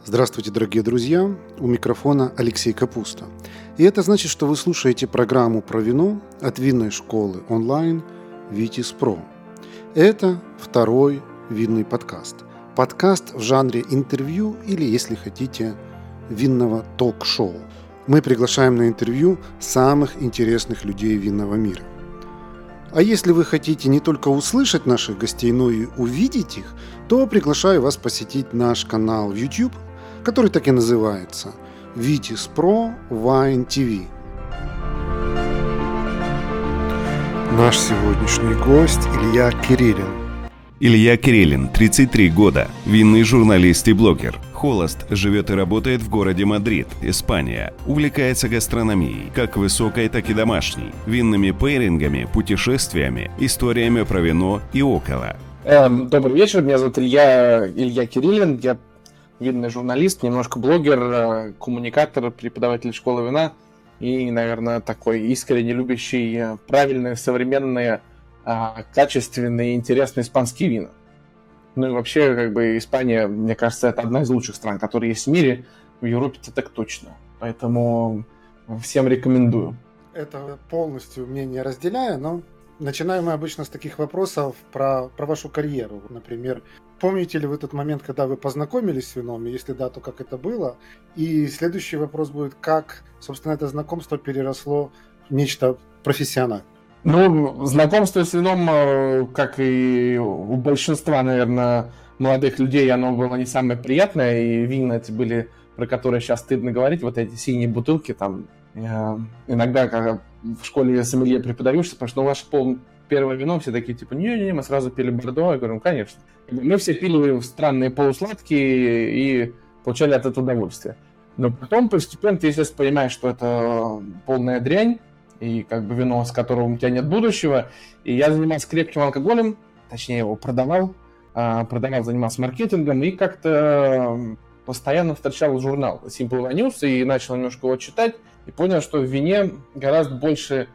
Здравствуйте, дорогие друзья! У микрофона Алексей Капуста. И это значит, что вы слушаете программу про вино от винной школы онлайн Vitis Pro. Это второй винный подкаст. Подкаст в жанре интервью или, если хотите, винного ток-шоу. Мы приглашаем на интервью самых интересных людей винного мира. А если вы хотите не только услышать наших гостей, но и увидеть их, то приглашаю вас посетить наш канал в YouTube, который так и называется Vitis Pro Wine TV. Наш сегодняшний гость Илья Кириллин. Илья Кириллин, 33 года, винный журналист и блогер. Холост, живет и работает в городе Мадрид, Испания. Увлекается гастрономией, как высокой, так и домашней, винными пейрингами, путешествиями, историями про вино и около. Добрый вечер, меня зовут Илья Кириллин, я винный журналист, немножко блогер, коммуникатор, преподаватель школы вина и, наверное, такой искренне любящий правильные, современные, качественные, интересные испанские вина. Ну и вообще, Испания, мне кажется, это одна из лучших стран, которые есть в мире. В Европе-то так точно. Поэтому всем рекомендую. Это полностью мнение разделяю, но начинаем мы обычно с таких вопросов про вашу карьеру. Например, помните ли вы тот момент, когда вы познакомились с вином? Если да, то как это было? И следующий вопрос будет, как, собственно, это знакомство переросло в нечто профессиональное? Ну, знакомство с вином, как и у большинства, наверное, молодых людей, оно было не самое приятное. И вина эти были, про которые сейчас стыдно говорить, вот эти синие бутылки там. Иногда, когда в школе сомелье преподаешь, спрашиваешь, ну, ваше первое вино, все такие, типа, не-не-не, мы сразу пили бордо. Я говорю, ну, конечно. Мы все пили странные полусладкие и получали от этого удовольствие. Но потом постепенно ты, естественно, понимаешь, что это полная дрянь, и вино, с которым у тебя нет будущего. И я занимался крепким алкоголем, точнее, его продавал, занимался маркетингом, и как-то постоянно встречал журнал Simple Wine News и начал немножко его читать, и понял, что в вине гораздо больше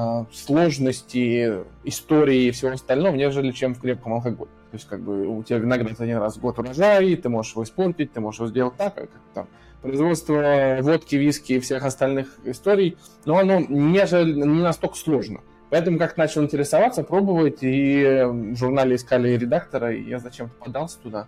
сложностей, истории и всего остального, нежели чем в крепком алкоголе. То есть, у тебя виноград один раз в год урожай, ты можешь его испортить, ты можешь его сделать так, как там производство водки, виски и всех остальных историй, но оно не настолько сложно. Поэтому как начал интересоваться, пробовать, и в журнале искали редактора, и я зачем-то подался туда.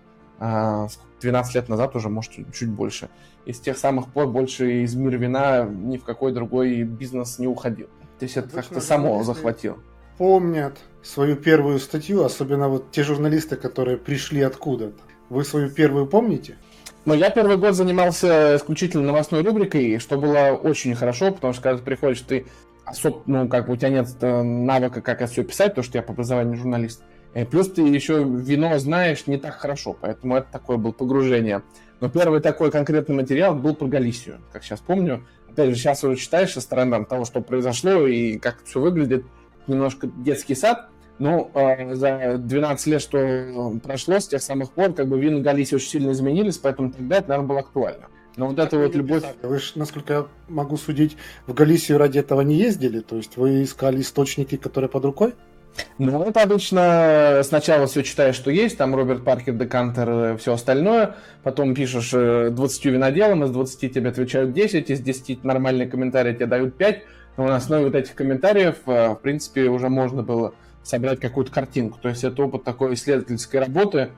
12 лет назад уже, может, чуть больше. И с тех самых пор больше из мира вина ни в какой другой бизнес не уходил. То есть это как-то само захватило. Помнят свою первую статью, особенно вот те журналисты, которые пришли откуда-то. Вы свою первую помните? Но я первый год занимался исключительно новостной рубрикой, что было очень хорошо, потому что когда ты приходишь, ты у тебя нет навыка, как это все писать, потому что я по образованию журналист. Плюс ты еще вино знаешь не так хорошо, поэтому это такое было погружение. Но первый такой конкретный материал был про Галисию, как сейчас помню. Опять же, сейчас уже читаешь со стороны того, что произошло и как все выглядит, немножко детский сад. Но за 12 лет, что прошло, с тех самых пор, вина Галисии очень сильно изменились, поэтому тогда это, наверное, было актуально. Но вот эта вот любовь... Вы же, насколько я могу судить, в Галисию ради этого не ездили? То есть вы искали источники, которые под рукой? Ну, это обычно сначала все читаешь, что есть, там Роберт Паркер, Декантер, все остальное, потом пишешь 20 виноделам, из 20 тебе отвечают 10, из 10 нормальные комментарии тебе дают 5, но на основе вот этих комментариев, в принципе, уже можно было собрать какую-то картинку. То есть это опыт такой исследовательской работы.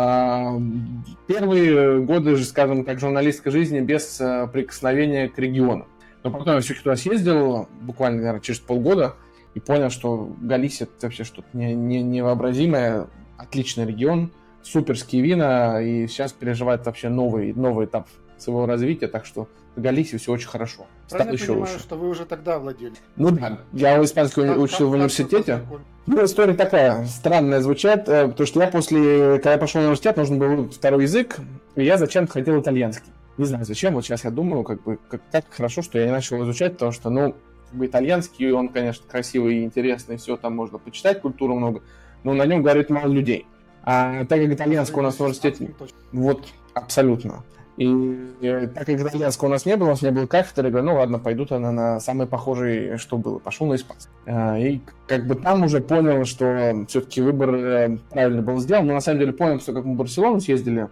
Первые годы, скажем так, журналистской жизни без прикосновения к региону. Но потом я все-таки туда съездил, буквально, наверное, через полгода, и понял, что Галисия — это вообще что-то невообразимое, отличный регион, суперские вина, и сейчас переживает вообще новый этап своего развития, так что в Галисии все очень хорошо. Правильно я понимаю, что вы уже тогда владели? Ну да, я испанский учил в университете. Ну, история такая, странная звучит, потому что когда я пошел в университет, нужен был второй язык, и я зачем-то хотел итальянский. Не знаю зачем, вот сейчас я думаю, как хорошо, что я не начал изучать, потому что, итальянский, он, конечно, красивый и интересный, все там можно почитать, культуру много, но на нем говорит мало людей. А так как итальянского у нас в университете... Вот, абсолютно. И так как итальянского у нас не было кафедры, я говорю, ладно, пойду тогда на самый похожий, что было. Пошел на испанский. И там уже понял, что все-таки выбор правильно был сделан. Но на самом деле понял, что как мы в Барселону съездили,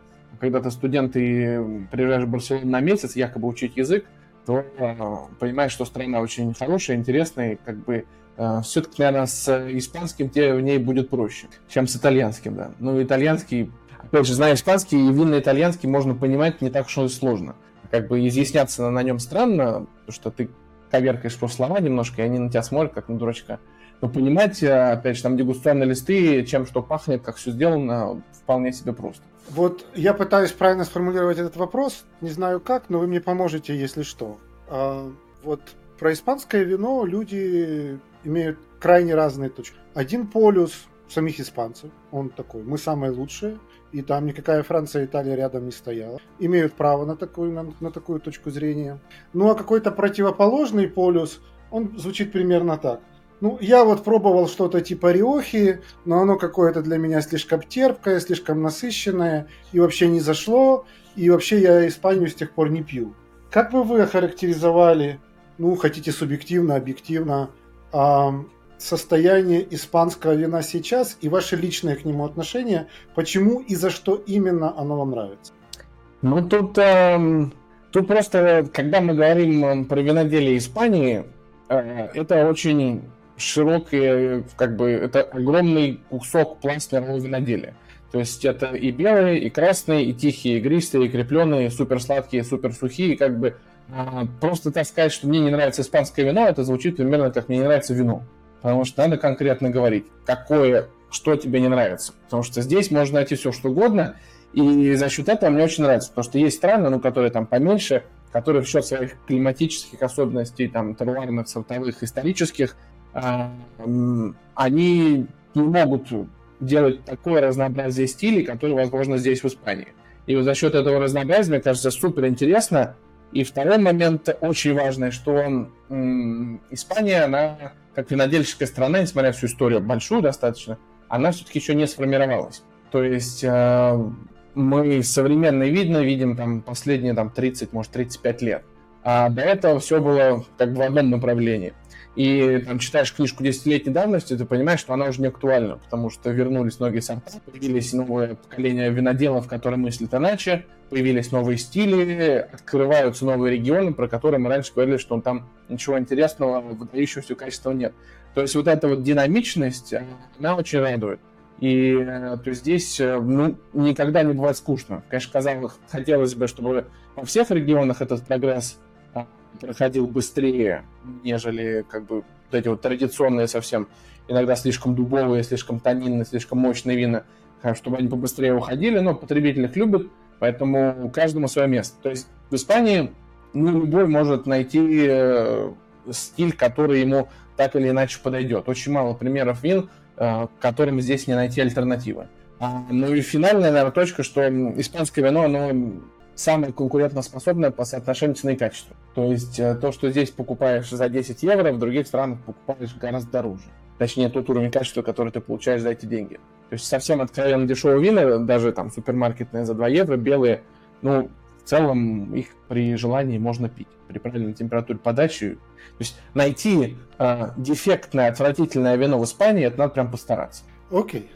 когда ты студент и приезжаешь в Барселону на месяц, якобы учить язык, то понимаешь, что страна очень хорошая, интересная, и как бы все-таки, наверное, с испанским тебе в ней будет проще, чем с итальянским, да. Ну, итальянский, опять же, зная испанский и винно итальянский, можно понимать не так уж и сложно. Как бы изъясняться на нем странно, потому что ты коверкаешь просто слова немножко, и они на тебя смотрят, как на дурачка. Но понимать, опять же, там дегустационные листы, чем что пахнет, как все сделано, вполне себе просто. Вот я пытаюсь правильно сформулировать этот вопрос, не знаю как, но вы мне поможете, если что. Вот про испанское вино люди имеют крайне разные точки. Один полюс самих испанцев, он такой: мы самые лучшие, и там никакая Франция и Италия рядом не стояла. Имеют право на такую точку зрения. Ну а какой-то противоположный полюс, он звучит примерно так. Ну, я вот пробовал что-то типа риохи, но оно какое-то для меня слишком терпкое, слишком насыщенное, и вообще не зашло, и вообще я Испанию с тех пор не пью. Как бы вы охарактеризовали, ну, хотите субъективно, объективно, состояние испанского вина сейчас и ваше личное к нему отношение, почему и за что именно оно вам нравится? Ну, тут просто, когда мы говорим про виноделие Испании, это очень широкий, как бы, это огромный кусок пласт мирового виноделия. То есть это и белые, и красные, и тихие, и игристые, и крепленые, и суперсладкие, и суперсухие. Как бы просто так сказать, что мне не нравится испанское вино, это звучит примерно как мне не нравится вино. Потому что надо конкретно говорить, что тебе не нравится. Потому что здесь можно найти все, что угодно. И за счет этого мне очень нравится. Потому что есть страны, ну, которые там поменьше, которые в счет своих климатических особенностей, там, теруарных, сортовых, исторических, они не могут делать такое разнообразие стилей, которое возможно здесь в Испании. И вот за счет этого разнообразия, мне кажется, супер интересно. И второй момент очень важный, что Испания, она как винодельческая страна, несмотря на всю историю большую достаточно, она все-таки еще не сформировалась. То есть мы современное видим там последние 30, может 35 лет. А до этого все было как бы в одном направлении. И там читаешь книжку 10-летней давности, ты понимаешь, что она уже не актуальна, потому что вернулись многие сорта, появились новые поколения виноделов, которые мыслят иначе, появились новые стили, открываются новые регионы, про которые мы раньше говорили, что там ничего интересного, выдающегося качества нет. То есть вот эта вот динамичность, она очень радует. И то есть здесь никогда не бывает скучно. Конечно, хотелось бы, чтобы во всех регионах этот прогресс проходил быстрее, нежели как бы вот эти вот традиционные совсем, иногда слишком дубовые, слишком тонинные, слишком мощные вина, чтобы они побыстрее уходили, но потребитель их любит, поэтому каждому свое место. То есть в Испании любой может найти стиль, который ему так или иначе подойдет. Очень мало примеров вин, которым здесь не найти альтернативы. Ну и финальная, наверное, точка, что испанское вино, оно самое конкурентоспособное по соотношению цены и качества. То есть то, что здесь покупаешь за 10 евро, в других странах покупаешь гораздо дороже. Точнее, тот уровень качества, который ты получаешь за эти деньги. То есть совсем откровенно дешевые вина, даже там супермаркетные за 2 евро, белые, в целом их при желании можно пить. При правильной температуре подачи. То есть найти дефектное, отвратительное вино в Испании, это надо прям постараться. Окей.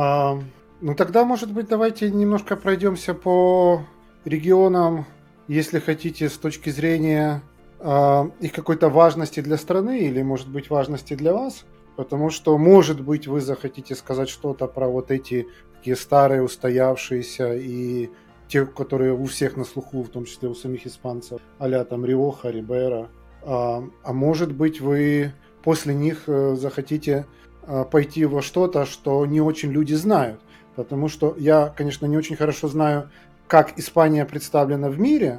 Тогда, может быть, давайте немножко пройдемся по регионам, если хотите, с точки зрения их какой-то важности для страны или, может быть, важности для вас. Потому что, может быть, вы захотите сказать что-то про вот эти такие старые, устоявшиеся и те, которые у всех на слуху, в том числе у самих испанцев, а-ля там Риоха, Рибера. А может быть, вы после них захотите пойти во что-то, что не очень люди знают. Потому что я, конечно, не очень хорошо знаю, как Испания представлена в мире,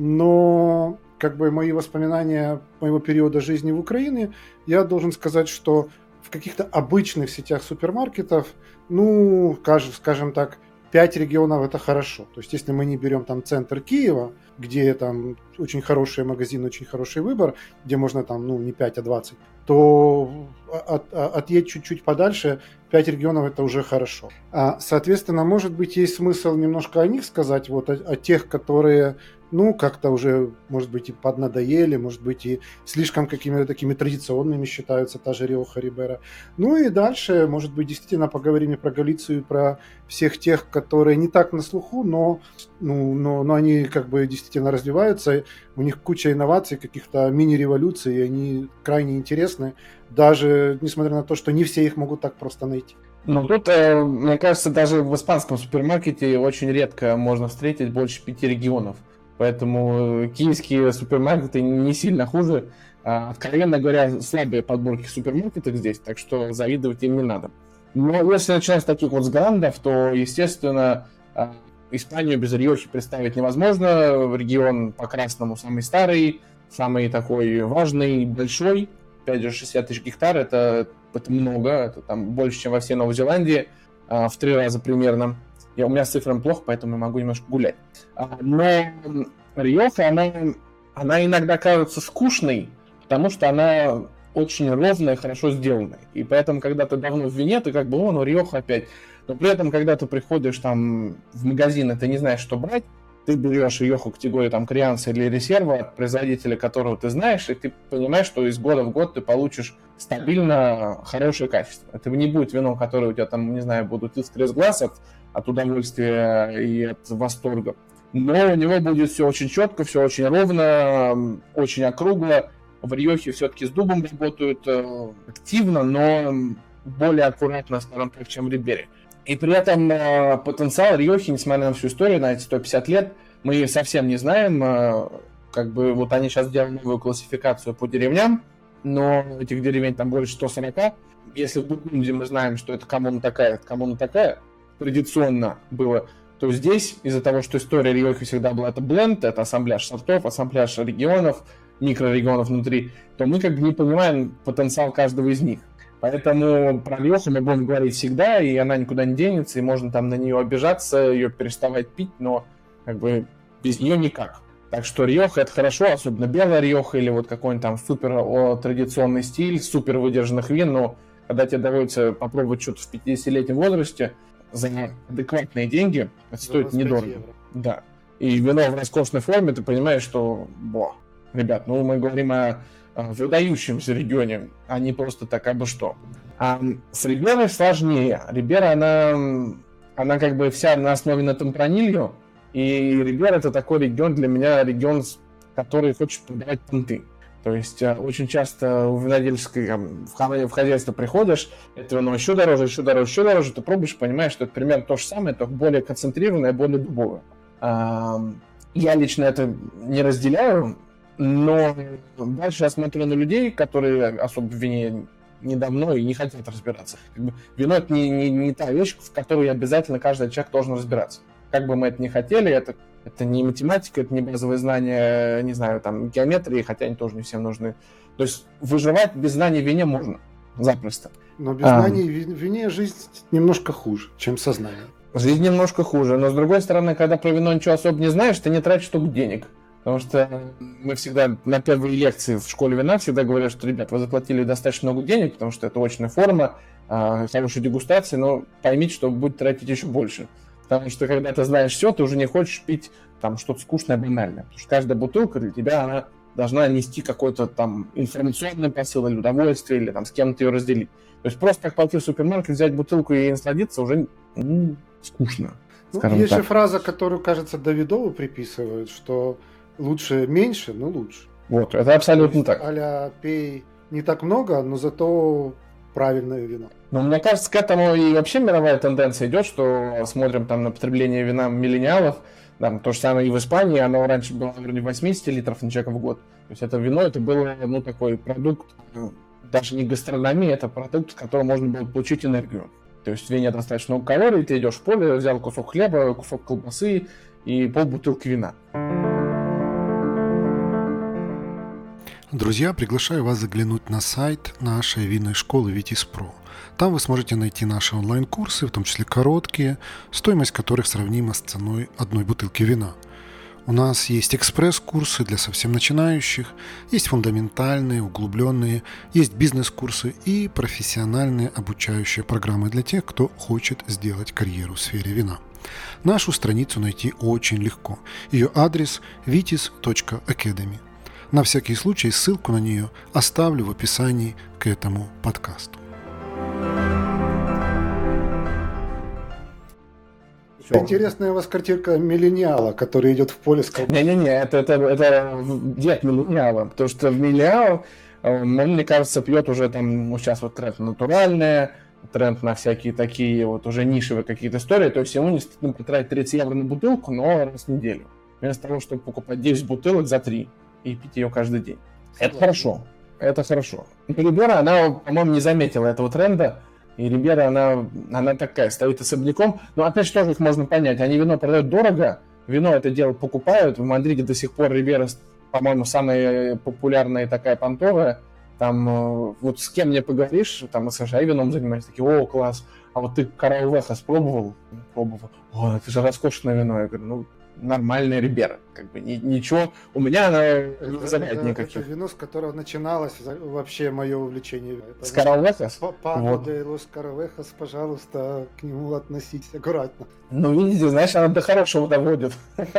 но как бы мои воспоминания моего периода жизни в Украине, я должен сказать, что в каких-то обычных сетях супермаркетов, скажем так, 5 регионов это хорошо. То есть, если мы не берем там центр Киева, где там очень хорошие магазины, очень хороший выбор, где можно там, не 5, а 20, то отъедь чуть-чуть подальше, 5 регионов это уже хорошо. Соответственно, может быть, есть смысл немножко о них сказать, вот о тех, которые как-то уже, может быть, и поднадоели, может быть, и слишком какими-то такими традиционными считаются, та же Риоха, Рибера. И дальше, может быть, действительно поговорим и про Галицию, и про всех тех, которые не так на слуху, но они как бы действительно развиваются, у них куча инноваций, каких-то мини-революций, и они крайне интересны, даже несмотря на то, что не все их могут так просто найти. Тут, мне кажется, даже в испанском супермаркете очень редко можно встретить больше 5 регионов. Поэтому киевские супермаркеты не сильно хуже. Откровенно говоря, слабые подборки в супермаркетах здесь, так что завидовать им не надо. Но если начинать с таких вот грандов, то, естественно, Испанию без Риохи представить невозможно. Регион по-красному самый старый, самый такой важный, большой. Опять же, 60 тысяч гектар, это много, это там больше, чем во всей Новой Зеландии, в 3 раза примерно. У меня с цифрами плохо, поэтому я могу немножко гулять. Но Риоха, она иногда кажется скучной, потому что она очень ровная и хорошо сделанная. И поэтому, когда ты давно в вине, ты как бы, Риоха опять. Но при этом, когда ты приходишь там в магазин, и ты не знаешь, что брать, ты берешь Риоху категории там Крианса или Резерва от производителя, которого ты знаешь, и ты понимаешь, что из года в год ты получишь стабильно хорошее качество. Это не будет вино, которое у тебя там, не знаю, будут искры из глаз от удовольствия и от восторга. Но у него будет все очень четко, все очень ровно, очень округло. В Риохе все-таки с дубом работают активно, но более аккуратно, скажем так, чем в Рибере. И при этом потенциал Риохи, несмотря на всю историю, на эти 150 лет, мы совсем не знаем. Как бы вот они сейчас делают новую классификацию по деревням, но этих деревень там больше 140. Если в Бургундии мы знаем, что это коммуна такая, традиционно было, то здесь из-за того, что история Риохи всегда была это бленд, это ассамбляж сортов, ассамбляж регионов, микрорегионов внутри, то мы как бы не понимаем потенциал каждого из них. Поэтому про Риоху мы будем говорить всегда, и она никуда не денется, и можно там на нее обижаться, ее переставать пить, но как бы без нее никак. Так что Риоха это хорошо, особенно белая Риоха или вот какой-нибудь там супер традиционный стиль, супер выдержанных вин, но когда тебе доводится попробовать что-то в 50-летнем возрасте за адекватные деньги, это стоит недорого. Евро. Да. И вино в роскошной форме, ты понимаешь, что, ребят, мы говорим о выдающемся регионе, а не просто так абы что. А с Риберой сложнее. Рибера, она как бы вся на основе на темпранилью, и Рибера это такой регион, для меня регион, который хочет продавать понты. То есть очень часто в винодельской, в хозяйство приходишь, это вино еще дороже, ты пробуешь, понимаешь, что это примерно то же самое, только более концентрированное, более дубовое. Я лично это не разделяю, но дальше я смотрю на людей, которые особо в вине недавно и не хотят разбираться. Вино это не та вещь, в которой обязательно каждый человек должен разбираться. Как бы мы это ни хотели, это не математика, это не базовые знания, не знаю, там, геометрии, хотя они тоже не всем нужны. То есть выживать без знаний в вине можно, запросто. Но без знаний в вине жизнь немножко хуже, чем сознание. Жизнь немножко хуже, но с другой стороны, когда про вино ничего особо не знаешь, ты не тратишь столько денег. Потому что мы всегда на первой лекции в школе вина всегда говорят, что, ребят, вы заплатили достаточно много денег, потому что это очная форма, хорошая дегустация, но поймите, что вы будете тратить еще больше. Потому что когда ты знаешь все, ты уже не хочешь пить там что-то скучное, банальное. Потому что каждая бутылка для тебя, она должна нести какой-то там информационный посыл или удовольствие, или там с кем-то ее разделить. То есть просто как пойти в супермаркет, взять бутылку и насладиться уже скучно. Есть же фраза, которую, кажется, Давидову приписывают, что лучше меньше, но лучше. Вот, это абсолютно так. А-ля пей не так много, но зато правильное вино. Но мне кажется, к этому и вообще мировая тенденция идет, что смотрим там на потребление вина миллениалов, там, то же самое и в Испании, оно раньше было вроде 80 литров на человека в год. То есть это вино, это было такой продукт, даже не гастрономия, это продукт, с которого можно было получить энергию. То есть в вине достаточно много калорий, ты идешь в поле, взял кусок хлеба, кусок колбасы и полбутылки вина. Друзья, приглашаю вас заглянуть на сайт нашей винной школы Vitis.pro. Там вы сможете найти наши онлайн-курсы, в том числе короткие, стоимость которых сравнима с ценой одной бутылки вина. У нас есть экспресс-курсы для совсем начинающих, есть фундаментальные, углубленные, есть бизнес-курсы и профессиональные обучающие программы для тех, кто хочет сделать карьеру в сфере вина. Нашу страницу найти очень легко. Ее адрес vitis.academy. На всякий случай ссылку на нее оставлю в описании к этому подкасту. Интересная у вас картинка миллениала, который идет в поле с колбасой. Не-не-не, это дед миллениала, потому что в миллениал, он, мне кажется, пьет уже там, сейчас вот тренд натуральное, тренд на всякие такие вот уже нишевые какие-то истории, то есть ему не стыдно потратить 30 евро на бутылку, но раз в неделю, вместо того, чтобы покупать 10 бутылок за 3 и пить ее каждый день. Это хорошо, это хорошо. Рибера, она, по-моему, не заметила этого тренда, и Рибера, она такая, стоит особняком. Но опять же, тоже их можно понять. Они вино продают дорого, вино это дело покупают. В Мадриде до сих пор Рибера, по-моему, самая популярная такая понтовая. Там вот с кем не поговоришь, там из США вином занимаются, такие, о, класс. А вот ты Караувехас пробовал? Пробовал. О, это же роскошное вино. Я говорю, ну, нормальная Рибера. Как бы ничего, у меня она не вызывает никаких. Это вино, с которого начиналось вообще мое увлечение. С Караувехас? Пако де лос Караувехас, пожалуйста, к нему относитесь аккуратно. Ну, видите, знаешь, она до хорошего доводит.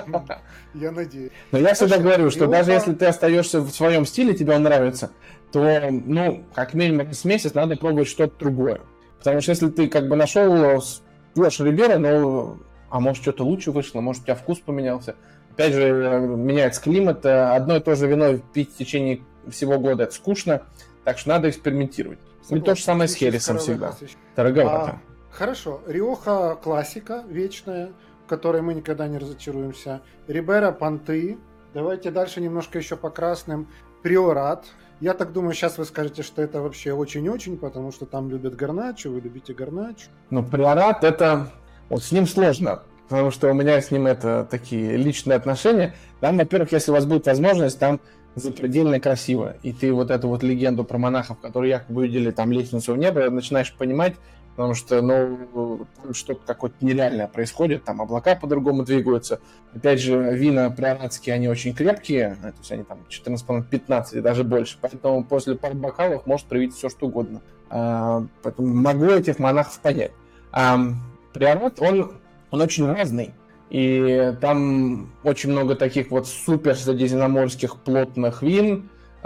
Я надеюсь. Но я всегда говорю, что даже если ты остаешься в своем стиле, тебе он нравится, то, ну, как минимум раз в месяц надо пробовать что-то другое. Потому что если ты как бы нашел, пьешь Рибера, но... А может, что-то лучше вышло, может, у тебя вкус поменялся. Опять же, меняется климат. Одно и то же вино пить в течение всего года – это скучно, так что надо экспериментировать. И то же самое с Хересом всегда. Дороговато. Хорошо. Риоха – классика вечная, в которой мы никогда не разочаруемся. Рибера – понты. Давайте дальше немножко еще по красным. Приорат. Я так думаю, сейчас вы скажете, что это вообще очень-очень, потому что там любят гарначо, вы любите гарначо. Ну, приорат – это... Вот с ним сложно, потому что у меня с ним это такие личные отношения. Там, во-первых, если у вас будет возможность, там запредельно красиво. И ты вот эту вот легенду про монахов, которые якобы видели там лестницу в небо, начинаешь понимать, потому что, ну, что-то какое-то нереальное происходит, там облака по-другому двигаются. Опять же, вина приоратские, они очень крепкие, то есть они там 14,5-15 и даже больше, поэтому после пары бокалов может проявить все, что угодно. Поэтому могу этих монахов понять. Приорат, он очень разный, и там очень много таких вот супер средиземноморских плотных вин,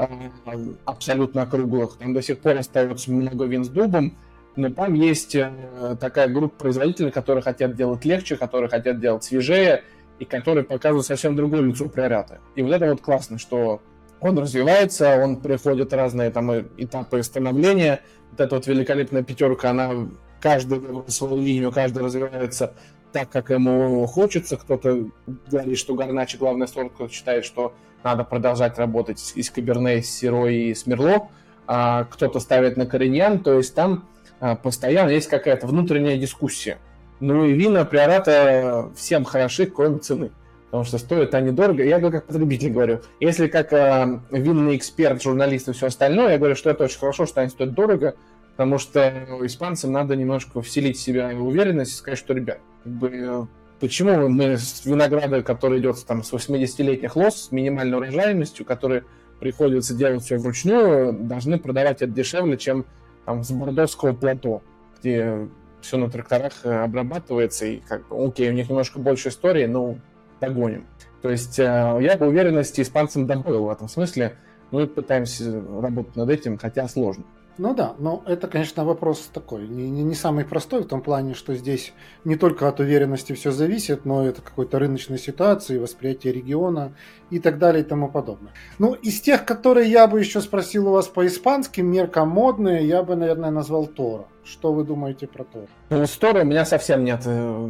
абсолютно округлых. Там до сих пор остается много вин с дубом, но там есть такая группа производителей, которые хотят делать легче, которые хотят делать свежее, и которые показывают совсем другое лицо приората. И вот это вот классно, что он развивается, он проходит разные там этапы становления. Вот эта вот великолепная пятерка, она... Каждый выбрал свою линию, каждый развивается так, как ему хочется. Кто-то говорит, что гарначо главный сорт, кто-то считает, что надо продолжать работать из Каберне, с Сиро и с Мерло. А кто-то ставит на Кориньян, то есть там постоянно есть какая-то внутренняя дискуссия. Ну и вина приората всем хороши, кроме цены. Потому что стоят они дорого. Я говорю, как потребитель говорю. Если как винный эксперт, журналист и все остальное, я говорю, что это очень хорошо, что они стоят дорого. Потому что испанцам надо немножко вселить в себя уверенность и сказать, что, ребят, как бы, почему мы с винограда, который идет там, с 80-летних лоз, с минимальной урожайностью, который приходится делать все вручную, должны продавать это дешевле, чем там, с бордовского плато, где все на тракторах обрабатывается, и как бы, окей, у них немножко больше истории, но догоним. То есть я бы уверенности испанцам добавил в этом смысле, мы пытаемся работать над этим, хотя сложно. Ну да, но это, конечно, вопрос такой, не самый простой в том плане, что здесь не только от уверенности все зависит, но это какой-то рыночной ситуации, восприятие региона и так далее и тому подобное. Ну, из тех, которые я бы еще спросил у вас по испанским меркам модные, я бы, наверное, назвал Торо. Что вы думаете про Торо? Ну, с Торо у меня совсем нет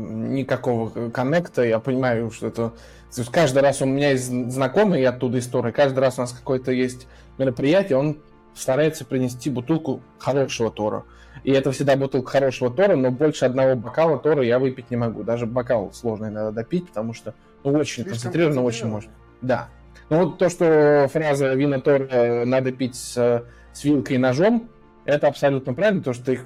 никакого коннекта, я понимаю, что это... Каждый раз у меня есть знакомые оттуда из Торо, каждый раз у нас какое-то есть мероприятие, он старается принести бутылку хорошего Торо. И это всегда бутылка хорошего Торо, но больше одного бокала Торо я выпить не могу. Даже бокал сложно иногда допить, потому что очень концентрированно, очень можно. Да. Ну вот то, что фраза «вина Торо надо пить с вилкой и ножом», это абсолютно правильно, потому что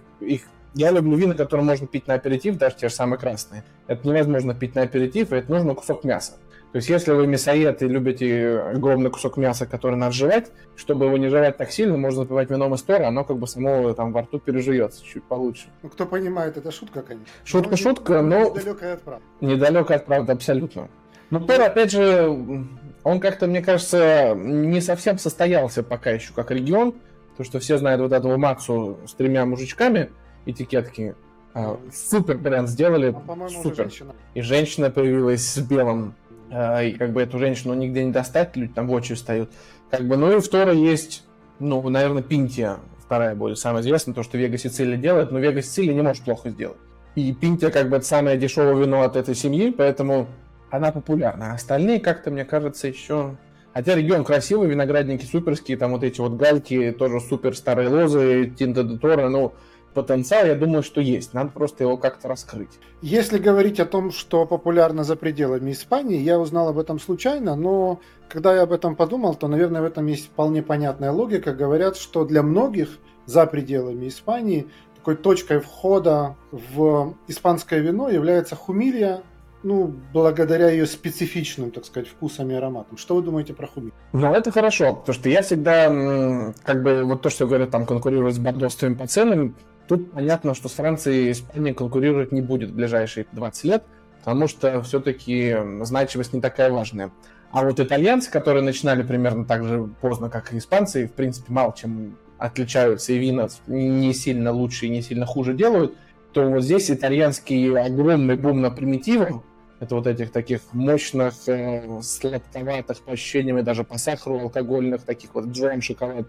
я люблю вина, которые можно пить на аперитив, даже те же самые красные. Это невозможно пить на аперитив, и это нужно кусок мяса. То есть, если вы мясоед и любите огромный кусок мяса, который надо жевать, чтобы его не жевать так сильно, можно запивать вином из Тора, оно как бы само там во рту пережуется чуть получше. Ну, кто понимает, это шутка, конечно. Шутка, но... Недалекая от правды. Недалеко от правды, абсолютно. Но Тор, опять же, он как-то, мне кажется, не совсем состоялся пока еще как регион, потому что все знают вот эту мацу с 3 мужичками, этикетки. Супер бренд сделали, супер. И женщина появилась с белым. И как бы эту женщину нигде не достать, люди там в очередь встают. Как бы, ну и в Торо есть, ну, наверное, Пинтия, вторая будет самая известная, то, что Вега Сицилия делает, но Вега Сицилия не может плохо сделать. И Пинтия как бы это самое дешевое вино от этой семьи, поэтому она популярна. А остальные как-то, мне кажется, еще... Хотя регион красивый, виноградники суперские, там вот эти вот гальки, тоже супер старые лозы, Тинто де Торо, ну... Потенциал, я думаю, что есть. Надо просто его как-то раскрыть. Если говорить о том, что популярно за пределами Испании, я узнал об этом случайно, но когда я об этом подумал, то, наверное, в этом есть вполне понятная логика. Говорят, что для многих за пределами Испании такой точкой входа в испанское вино является хумилья, ну, благодаря ее специфичным, так сказать, вкусам и ароматам. Что вы думаете про хумиль? Ну, это хорошо, потому что я всегда, как бы, вот то, что говорят, там, конкурировать с бордоствами по ценам, тут понятно, что с Францией и Испанией конкурировать не будет в ближайшие 20 лет, потому что все-таки значимость не такая важная. А вот итальянцы, которые начинали примерно так же поздно, как и испанцы, в принципе, мало чем отличаются, и вина не сильно лучше и не сильно хуже делают, то вот здесь итальянский огромный бум на примитивах, это вот этих таких мощных, сладковатых по ощущениям и даже по сахару алкогольных, таких вот джем, шоколад.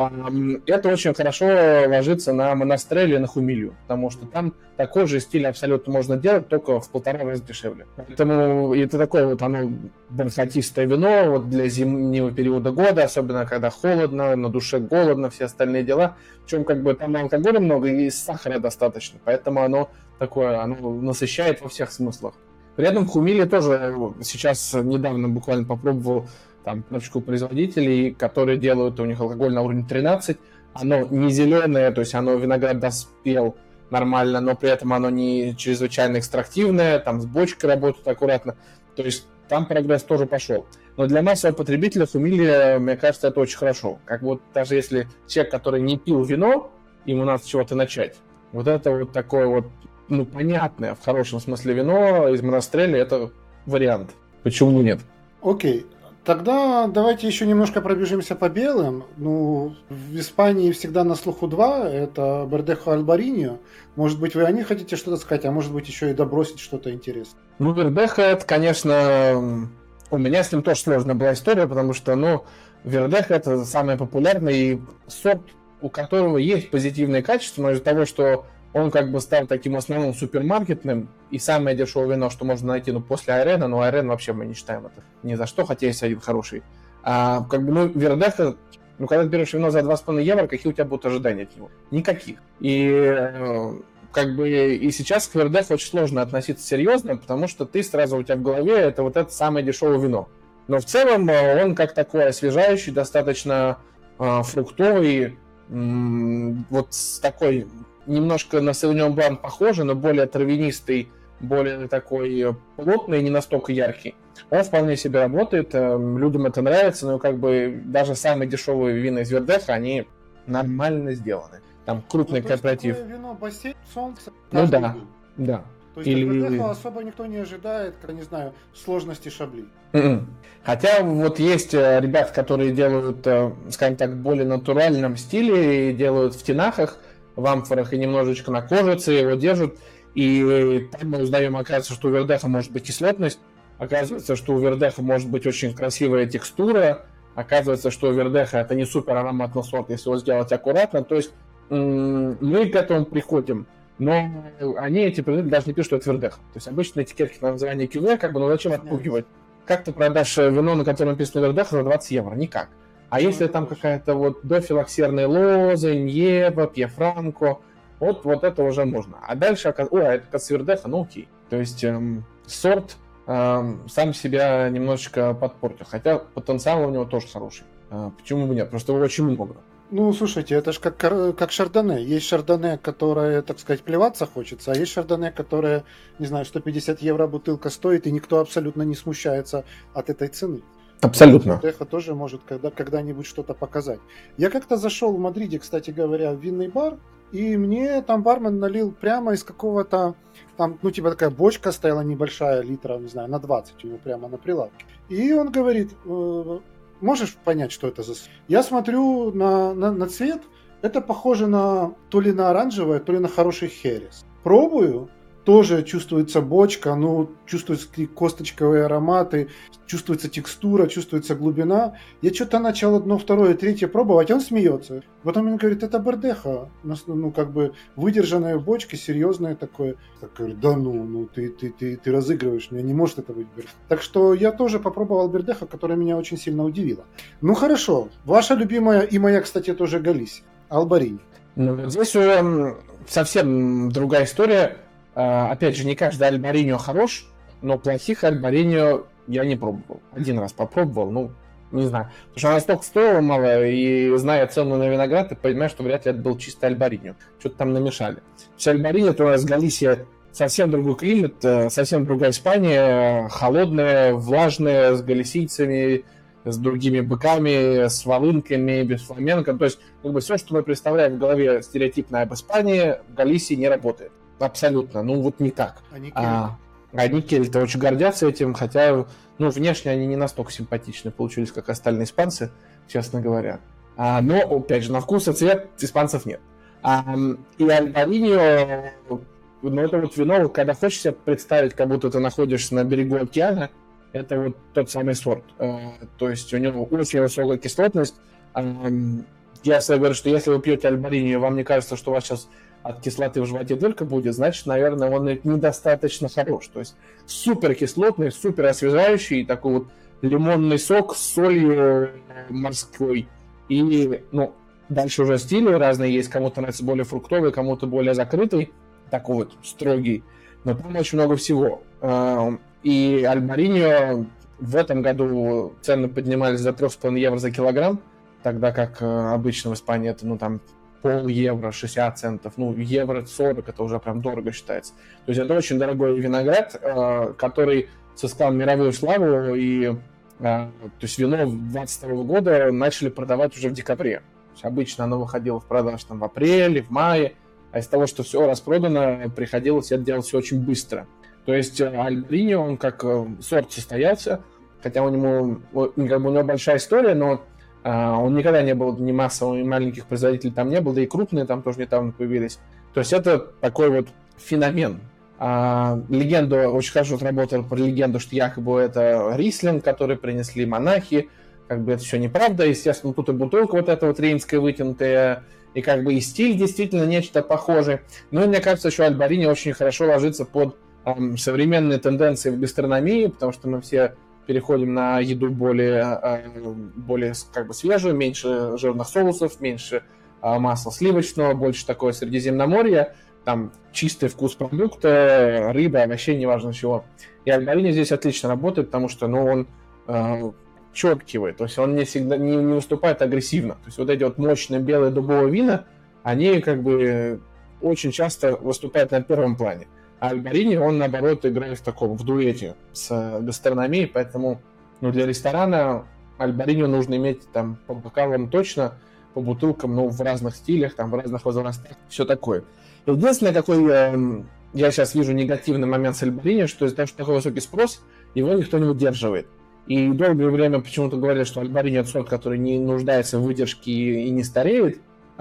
Это очень хорошо ложится на Монастрель и на хумилью, потому что там такой же стиль абсолютно можно делать, только в 1,5 раза дешевле. Поэтому это такое вот оно бархатистое вино вот для зимнего периода года, особенно когда холодно, на душе голодно, все остальные дела. Причем как бы там алкоголя много и сахара достаточно, поэтому оно такое, оно насыщает во всех смыслах. При этом хумилья тоже сейчас недавно буквально попробовал там парочку производителей, которые делают, у них алкоголь на уровне 13. Оно не зеленое, то есть оно виноград доспел нормально, но при этом оно не чрезвычайно экстрактивное, там с бочкой работают аккуратно. То есть там прогресс тоже пошел. Но для массового потребителя хумилья, мне кажется, это очень хорошо. Как вот даже если человек, который не пил вино, ему надо с чего-то начать. Вот это вот такое вот, ну, понятное, в хорошем смысле вино из Монастреля, это вариант. Почему нет? Окей. Тогда давайте еще немножко пробежимся по белым. Ну, в Испании всегда на слуху 2, это Вердехо Альбариньо. Может быть, вы о них хотите что-то сказать, а может быть, еще и добросить что-то интересное. Ну, Вердехо, это, конечно, у меня с ним тоже сложная была история, потому что, ну, Вердехо это самый популярный сорт, у которого есть позитивные качества, но из-за того, что он как бы стал таким основным супермаркетным, и самое дешевое вино, что можно найти, ну, после Айрена, но Айрен вообще мы не считаем это ни за что, хотя есть один хороший. Как бы, ну, Вердехо, ну, когда ты берешь вино за 2,5 евро, какие у тебя будут ожидания от него? Никаких. И как бы и сейчас к Вердехо очень сложно относиться серьезно, потому что ты сразу у тебя в голове это вот это самое дешевое вино. Но в целом он как такой освежающий, достаточно фруктовый, вот с такой немножко на Sauvignon Blanc похожий, но более травянистый, более такой плотный, не настолько яркий. Он вполне себе работает, людям это нравится, но как бы даже самые дешевые вина из Вердехо, они нормально сделаны. Там крупный кооператив. Вино, бассейн, солнце. Ну да, да. То есть от Вердехо особо никто не ожидает, не знаю, сложности шабли. Хотя вот есть ребята, которые делают, скажем так, в более натуральном стиле, и делают в тинахах, в амфорах и немножечко на кожице его держат. И там мы узнаем, оказывается, что у Вердехо может быть кислотность, оказывается, что у Вердехо может быть очень красивая текстура, оказывается, что у Вердехо это не супер ароматный сорт, если его сделать аккуратно. То есть мы к этому приходим. Но они, эти производители, даже не пишут, что это Вердехо. То есть обычно этикетки на название кюве, как бы, ну зачем отпугивать? Как ты продашь вино, на котором написано Вердехо, за 20 евро? Никак. А если там какая-то вот дофилоксерные лозы, Ньева, Пьефранко, вот это уже можно. А дальше, это Вердехо, ну окей. То есть сорт сам себя немножечко подпортил. Хотя потенциал у него тоже хороший. Почему бы нет? Просто его очень много. Ну, слушайте, это же как шардоне. Есть шардоне, которое, так сказать, плеваться хочется, а есть шардоне, которое, не знаю, 150 евро бутылка стоит, и никто абсолютно не смущается от этой цены. Абсолютно. Эхо тоже может когда-нибудь что-то показать. Я как-то зашел в Мадриде, кстати говоря, в винный бар, и мне там бармен налил прямо из какого-то, там, ну, типа такая бочка стояла небольшая, литра, не знаю, на 20 у него прямо на прилавке. И он говорит, можешь понять, что это за... Я смотрю на цвет, это похоже на то ли на оранжевое, то ли на хороший херес. Пробую, тоже чувствуется бочка, ну, чувствуются косточковые ароматы, чувствуется текстура, чувствуется глубина. Я что-то начал одно, второе, третье пробовать, он смеется. Потом он говорит, это Бордехо, ну, как бы выдержанная в бочке, серьезное такое. Так говорит, да ну, ты разыгрываешь, меня не может это быть Бордехо. Так что я тоже попробовал Бордехо, которое меня очень сильно удивило. Ну, хорошо, ваша любимая и моя, кстати, тоже Галисия, Албарини. Ну, здесь уже совсем другая история. Опять же, не каждый Альбариньо хорош, но плохих Альбариньо я не пробовал. Один раз попробовал, ну, не знаю. Потому что она столько стоила мало, и зная цену на виноград, ты понимаешь, что вряд ли это был чисто Альбариньо. Что-то там намешали. Все Альбариньо, то у нас Галисия совсем другой климат, совсем другая Испания, холодная, влажная, с галисийцами, с другими быками, с волынками, без фламенко. То есть, как бы все, что мы представляем в голове стереотипно об Испании, в Галисии не работает. Абсолютно, ну вот никак. Они кельты очень гордятся этим, хотя, ну, внешне они не настолько симпатичны получились, как остальные испанцы, честно говоря. Но, опять же, на вкус и цвет испанцев нет. И Альбариньо, ну, это вот вино, когда хочешь себе представить, как будто ты находишься на берегу океана, это вот тот самый сорт. То есть у него очень высокая кислотность. Я всегда говорю, что если вы пьете Альбариньо, вам не кажется, что у вас сейчас от кислоты в животе дырка будет, значит, наверное, он недостаточно хорош. То есть супер кислотный, супер освежающий, такой вот лимонный сок с солью морской. И, ну, дальше уже стили разные есть. Кому-то нравится более фруктовый, кому-то более закрытый, такой вот строгий. Но там очень много всего. И Альбариньо в этом году цены поднимались за 3,5 евро за килограмм, тогда как обычно в Испании это, ну, там, пол-евро, 60 центов, ну, евро 40, это уже прям дорого считается. То есть это очень дорогой виноград, который сыскал мировую славу, и то есть вино 2022 года начали продавать уже в декабре. То есть обычно оно выходило в продаж там в апреле, в мае, а из того, что все распродано, приходилось это делать все очень быстро. То есть Альбариньо, он как сорт состоялся, хотя у него большая история, но он никогда не был ни массовым, ни маленьких производителей там не было, да и крупные там тоже недавно появились. То есть это такой вот феномен. Легенду, очень хорошо отработал про легенду, что якобы это рислинг, который принесли монахи. Как бы это все неправда. Естественно, тут и бутылка вот эта вот рейнская вытянутая, и как бы и стиль действительно нечто похожее. Но мне кажется, что Альбариньо очень хорошо ложится под современные тенденции в гастрономии, потому что мы все переходим на еду более как бы свежую, меньше жирных соусов, меньше масла сливочного, больше такое Средиземноморье, там чистый вкус продукта, рыба, овощей, неважно чего. И Альбариньо здесь отлично работает, потому что, ну, он подчеркивает, то есть он не всегда не выступает агрессивно. То есть вот эти вот мощные белые дубовые вина, они как бы очень часто выступают на первом плане. А Альбариньо, он, наоборот, играет в дуэте с гастрономией, поэтому, ну, для ресторана Альбариньо нужно иметь там по бокалам точно, по бутылкам, ну, в разных стилях, там, в разных возрастах, все такое. Единственное, какой я сейчас вижу негативный момент с Альбариньо, что из-за того, что такой высокий спрос, его никто не удерживает. И долгое время почему-то говорили, что Альбариньо это сорт, который не нуждается в выдержке и не стареет,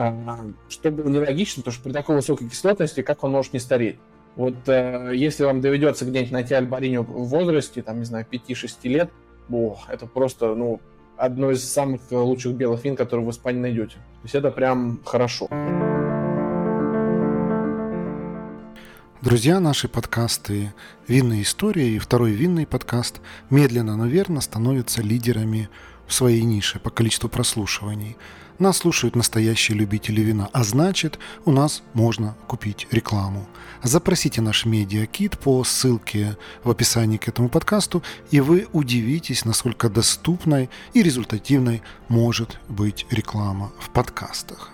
что было нелогично, потому что при такой высокой кислотности, как он может не стареть? Вот если вам доведется где-нибудь найти Альбариньо в возрасте, там, не знаю, 5-6 лет, это просто, ну, одно из самых лучших белых вин, которые вы в Испании найдете. То есть это прям хорошо. Друзья, наши подкасты «Винные истории» и второй винный подкаст медленно, но верно становятся лидерами в своей нише по количеству прослушиваний. Нас слушают настоящие любители вина, а значит, у нас можно купить рекламу. Запросите наш медиакит по ссылке в описании к этому подкасту, и вы удивитесь, насколько доступной и результативной может быть реклама в подкастах.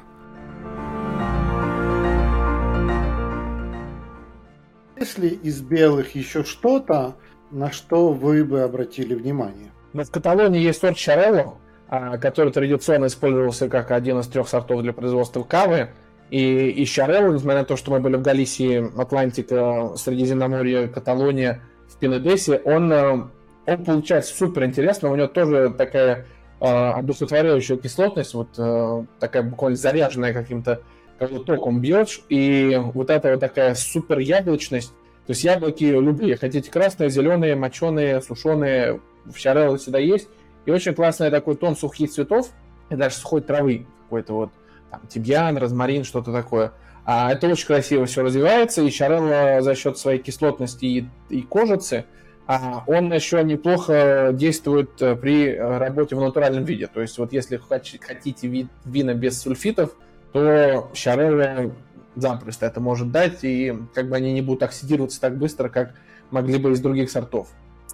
Есть ли из белых еще что-то, на что вы бы обратили внимание? В Каталонии есть сорт Xarel-lo, который традиционно использовался как один из 3 сортов для производства кавы. И Xarel-lo, несмотря на то, что мы были в Галисии, Атлантика, Средиземноморье, Каталония, в Пенедесе, он получается супер интересно. У него тоже такая одухотворяющая кислотность, такая буквально заряженная каким-то током бьешь. И вот эта вот такая супер яблочность. То есть яблоки любые, хотите красные, зеленые, моченые, сушеные, в Xarel-lo всегда есть. И очень классный такой тон сухих цветов и даже сухой травы, какой-то тимьян, розмарин, что-то такое. Это очень красиво все развивается, и Xarel-lo за счет своей кислотности и кожицы, он еще неплохо действует при работе в натуральном виде. То есть вот если хотите вина без сульфитов, то Xarel-lo запросто это может дать, и как бы они не будут оксидироваться так быстро, как могли бы из других сортов.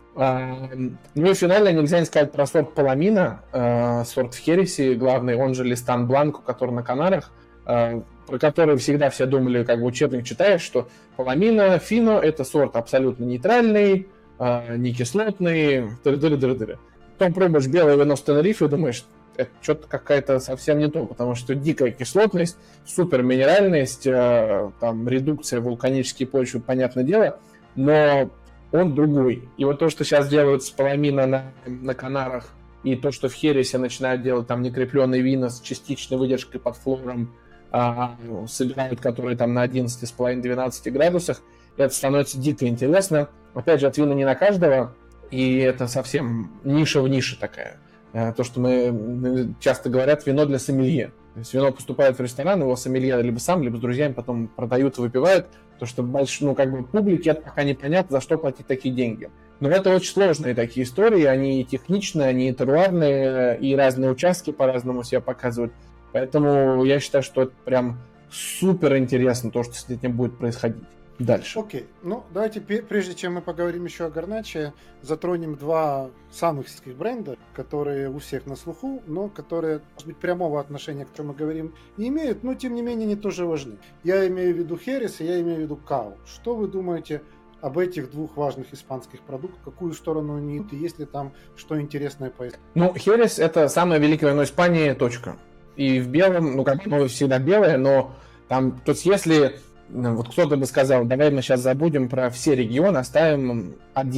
Ну и финально нельзя не сказать про сорт Palomino, сорт в Хересе, главный, он же Листан Бланко, который на Канарах, про который всегда все думали, как бы учебник читаешь, что Palomino Fino это сорт абсолютно нейтральный, не кислотный, дыры-дыры-дыры-дыры. Потом пробуешь белое вино с Тенерифе и думаешь, это что-то какая-то совсем не то, потому что дикая кислотность, супер минеральность, там редукция вулканические почвы, понятное дело, но он другой. И вот то, что сейчас делают с Palomino на Канарах, и то, что в Хересе начинают делать там некрепленные вина с частичной выдержкой под флором, собирают, которые там на 11,5-12 градусах, это становится дико интересно. Опять же, от вина не на каждого, и это совсем ниша в нише такая. То, что мы часто говорят, вино для сомелье. То есть вино поступает в ресторан, его сомелье либо сам, либо с друзьями потом продают и выпивают, то что публике это пока непонятно, за что платить такие деньги. Но это очень сложные такие истории, они техничные, они теруарные, и разные участки по-разному себя показывают. Поэтому я считаю, что это прям супер интересно, то, что с этим будет происходить дальше. Окей. Ну, давайте, прежде чем мы поговорим еще о Гарначе, затронем 2 самых сильных бренда, которые у всех на слуху, но которые, может быть, прямого отношения к чему мы говорим, не имеют, но, тем не менее, они тоже важны. Я имею в виду Херес, и я имею в виду Кау. Что вы думаете об этих 2 важных испанских продуктах? Какую сторону они идут, и есть ли там что интересное поискать? Ну, Херес – это самое великое вино Испании, точка. И в белом, оно всегда белое, но там, то есть если... Вот кто-то бы сказал, давай мы сейчас забудем про все регионы, оставим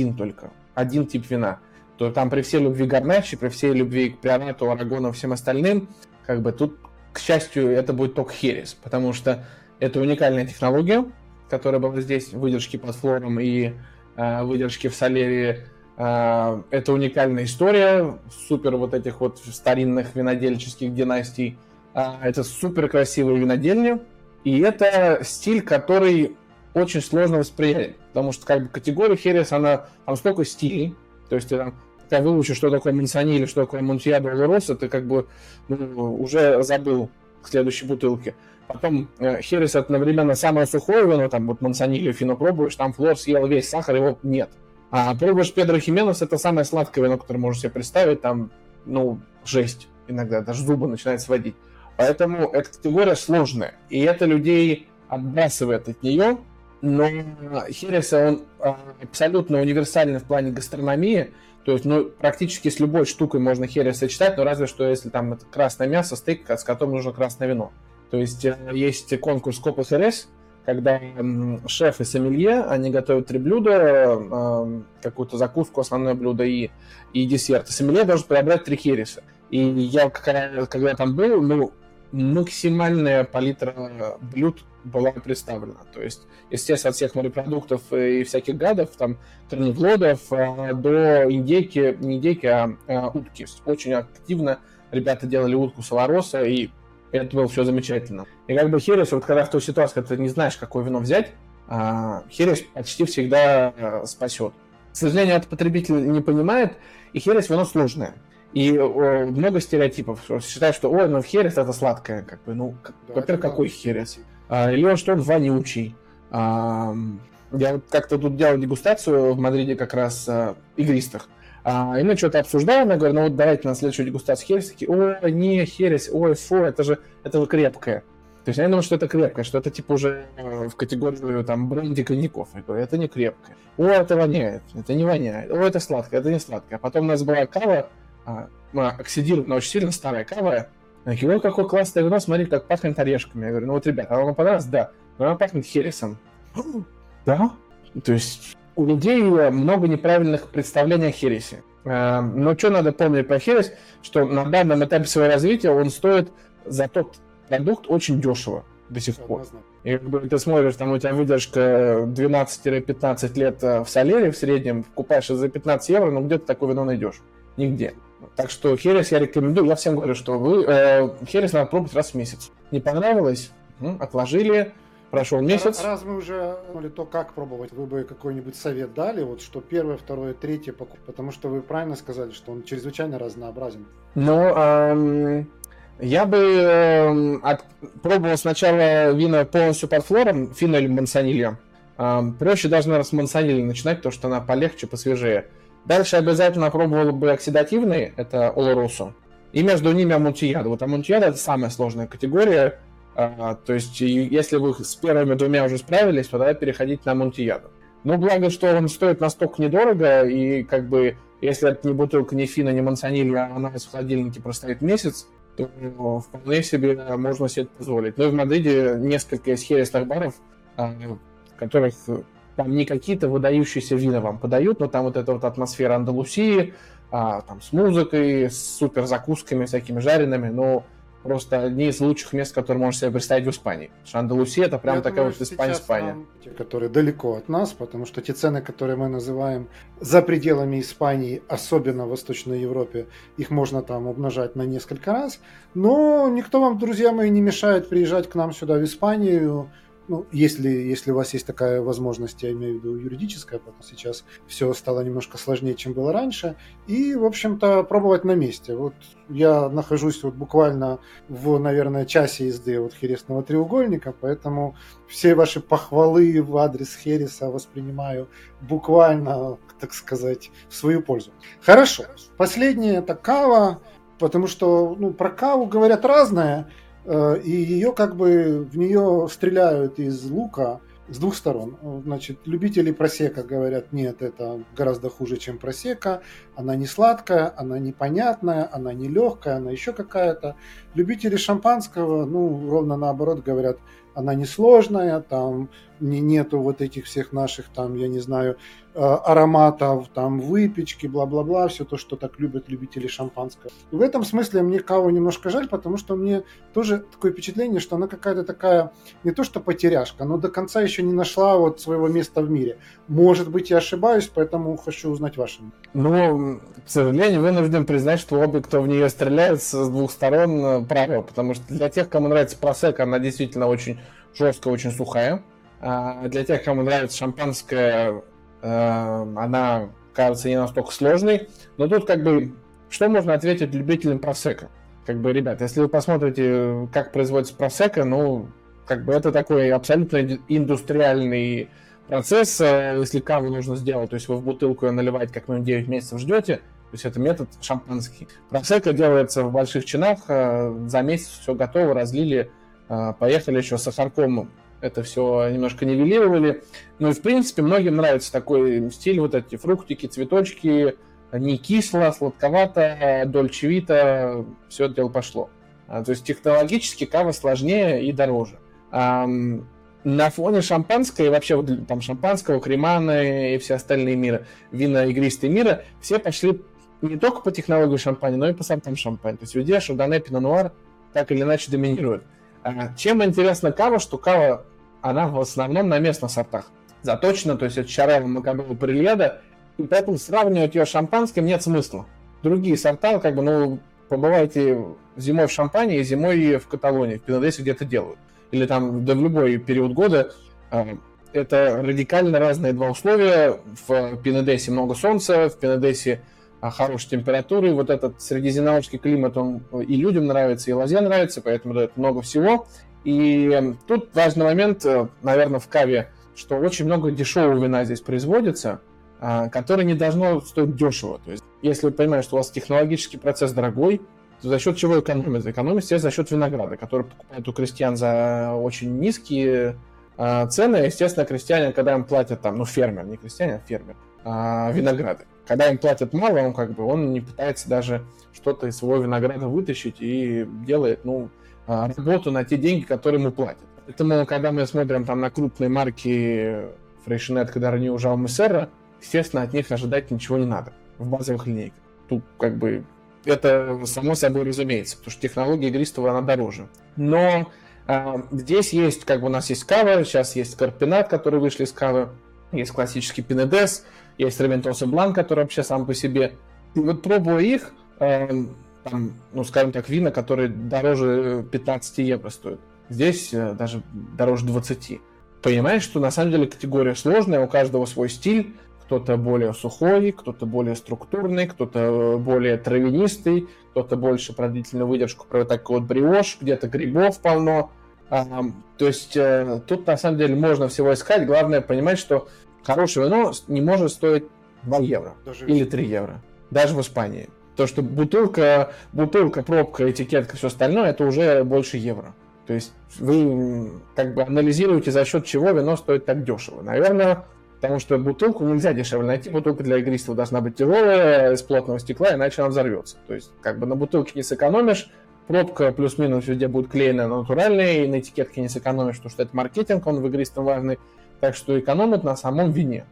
один тип вина. То там при всей любви к Гарначе, при всей любви к Приорату, Арагону и всем остальным, как бы тут, к счастью, это будет только Херес, потому что это уникальная технология, которая была здесь, выдержки под флором и выдержки в солере. Это уникальная история, супер вот этих вот старинных винодельческих династий. Это супер красивые винодельни. И это стиль, который очень сложно восприять, потому что как бы категория Херес, она там столько стилей, то есть ты там, когда выучишь, что такое Монсани или что такое Монтьядо Олороса, ты как бы уже забыл к следующей бутылке. Потом Херес это одновременно самое сухое вино, там вот Монсани или Фино пробуешь, там флор съел весь сахар, его нет. А пробуешь Педро Хименес, это самое сладкое вино, которое можешь себе представить, там, жесть иногда, даже зубы начинают сводить. Поэтому эта категория сложная, и это людей отбрасывает от нее, но Херес, он абсолютно универсальный в плане гастрономии, то есть практически с любой штукой можно Херес сочетать, но разве что если там это красное мясо, стейк, с которым нужно красное вино. То есть есть конкурс Копа Херес, когда шеф и сомелье, они готовят 3 блюда, какую-то закуску, основное блюдо и десерт. И сомелье должен подобрать 3 Хереса. И я, когда там был, максимальная палитра блюд была представлена. То есть, естественно, от всех морепродуктов и всяких гадов, там, корнеплодов до индейки, не индейки, а утки. Очень активно ребята делали утку Салароса, и это было все замечательно. И как бы Херес, вот когда в той ситуации, когда ты не знаешь, какое вино взять, Херес почти всегда спасет. К сожалению, это потребитель не понимает, и Херес вино сложное. И много стереотипов. Считают, что, в херес это сладкое. Как бы, во-первых, какой херес? Или он вонючий. Я вот как-то тут делал дегустацию в Мадриде как раз игристых. И мы что-то обсуждаем, я говорю, давайте на следующую дегустацию херес. Такие, не, херес, фу, это же крепкое. То есть я думаю, что это крепкое, что это типа уже в категорию там бренди коньяков. Я говорю, это не крепкое. Это воняет, это не воняет. Это сладкое, это не сладкое. А потом у нас была кава, оксидированная, очень сильно старая кава. Я говорю, какое классное вино, смотри, как пахнет орешками. Я говорю, ребята, вам понравилось? Да. Но она пахнет хересом. Да? То есть у людей много неправильных представлений о хересе. Но что надо помнить про херес, что на данном этапе своего развития он стоит за тот продукт очень дешево до сих пор. И как бы ты смотришь, там у тебя выдержка 12-15 лет в солере в среднем, покупаешь за 15 евро, но где ты такое вино найдешь? Нигде. Так что херес я рекомендую. Я всем говорю, что херес надо пробовать раз в месяц. Не понравилось? Отложили. Прошел месяц. Раз мы уже то, как пробовать, вы бы какой-нибудь совет дали, вот что первое, второе, третье покупать, потому что вы правильно сказали, что он чрезвычайно разнообразен. Я бы пробовал сначала вина полностью под флором, фино или мансанильо. Проще даже, наверное, с мансанильо начинать, потому что она полегче, посвежее. Дальше обязательно пробовал бы оксидативный, это Олороссо. И между ними амунтиядо. Вот амунтиядо это самая сложная категория. То есть, если вы с первыми двумя уже справились, то тогда переходите на амунтиядо. Но благо, что он стоит настолько недорого, и как бы, если это не бутылка, ни фино, ни мансанильо, она в холодильнике простоит месяц, то вполне себе можно себе это позволить. Но и в Мадриде несколько есть хересных баров, в которых там не какие-то выдающиеся вина вам подают, но там вот эта вот атмосфера Андалусии, там с музыкой, с супер закусками всякими жареными, но просто одни из лучших мест, которые можно себе представить в Испании. Потому что Андалусия это прям такая вот Испания. Те, которые далеко от нас, потому что те цены, которые мы называем за пределами Испании, особенно в Восточной Европе, их можно там умножать на несколько раз. Но никто вам, друзья мои, не мешает приезжать к нам сюда в Испанию. Если у вас есть такая возможность, я имею в виду юридическая, потому что сейчас все стало немножко сложнее, чем было раньше, и, в общем-то, пробовать на месте. Вот я нахожусь буквально в, наверное, часе езды от Хересного треугольника, поэтому все ваши похвалы в адрес Хереса воспринимаю буквально, так сказать, в свою пользу. Хорошо. Последнее – это кава, потому что про каву говорят разное, и ее в нее стреляют из лука с двух сторон. Значит, любители просека говорят, нет, это гораздо хуже, чем просека, она не сладкая, она непонятная, она не легкая, она еще какая-то. Любители шампанского, ровно наоборот говорят, она несложная, там нету вот этих всех наших, там, я не знаю, ароматов, там, выпечки, бла-бла-бла, все то, что так любят любители шампанского. И в этом смысле мне каву немножко жаль, потому что мне тоже такое впечатление, что она какая-то такая, не то что потеряшка, но до конца еще не нашла вот своего места в мире. Может быть, я ошибаюсь, поэтому хочу узнать ваше. К сожалению, вынужден признать, что обе, кто в нее стреляет, с двух сторон правы, потому что для тех, кому нравится просека, она действительно очень жесткая, очень сухая. А для тех, кому нравится шампанское, она кажется не настолько сложной. Но тут что можно ответить любителям просека? Ребят, если вы посмотрите, как производится просека, это такой абсолютно индустриальный процесс, если каву нужно сделать, то есть вы в бутылку ее наливаете, как минимум 9 месяцев ждете, то есть это метод шампанский. Просека делается в больших чинах, за месяц все готово, разлили, поехали еще с сахарком. Это все немножко нивелировали. Ну и, в принципе, многим нравится такой стиль, вот эти фруктики, цветочки, не кисло, сладковато, дольче вита, все это дело пошло. То есть технологически кава сложнее и дороже. На фоне шампанского и вообще там шампанского, креманы и все остальные вина игристые мира, все пошли не только по технологии шампаня, но и по сортам шампань. То есть везде шардоне, пино нуар так или иначе доминируют. Чем интересна кава, что кава, она в основном на местных сортах заточена, то есть это Чарелла, Макабелла, Парильяда, и поэтому сравнивать ее с шампанским нет смысла. Другие сорта, побывайте зимой в Шампане и зимой в Каталонии, в Пинедесе где-то делают. Или там в любой период года. Это радикально разные два условия. В Пинедесе много солнца, в Пинедесе хорошей температуры. Вот этот средиземноморский климат, он и людям нравится, и лозе нравится, поэтому дает много всего. И тут важный момент, наверное, в каве, что очень много дешевого вина здесь производится, которое не должно стоить дешево. То есть, если вы понимаете, что у вас технологический процесс дорогой, то за счет чего экономить? Экономить за счет винограда, который покупают у крестьян за очень низкие цены. Естественно, крестьяне, когда им платят, фермер, не крестьяне, а фермер, винограды. Когда им платят мало, он не пытается даже что-то из своего винограда вытащить и делает, работу на те деньги, которые ему платят. Поэтому, когда мы смотрим на крупные марки Freixenet, Cadarnio, Jaume Serra, естественно, от них ожидать ничего не надо в базовых линейках. Тут это само собой разумеется, потому что технология игристого, она дороже. Но здесь есть, у нас есть кава, сейчас есть Карпинат, которые вышли из кавы, есть классический Пинедес, есть Равентоса Блан, который вообще сам по себе. И вот пробуя их, скажем так, вина, которые дороже 15 евро стоят. Здесь даже дороже 20. Понимаешь, что на самом деле категория сложная, у каждого свой стиль. Кто-то более сухой, кто-то более структурный, кто-то более травянистый, кто-то больше про длительную выдержку, про такой вот бриош, где-то грибов полно. То есть тут на самом деле можно всего искать. Главное понимать, что хорошее вино не может стоить 2 евро или 3 евро. Даже в Испании. То, что бутылка, пробка, этикетка, все остальное, это уже больше евро. То есть вы анализируете, за счет чего вино стоит так дешево. Наверное, потому что бутылку нельзя дешевле найти. Бутылка для игристого должна быть тяжелая, из плотного стекла, иначе она взорвется. То есть на бутылке не сэкономишь. Пробка плюс-минус везде будет клееная, натуральная, и на этикетке не сэкономишь, потому что это маркетинг, он в игристом важный. Так что экономят на самом вине.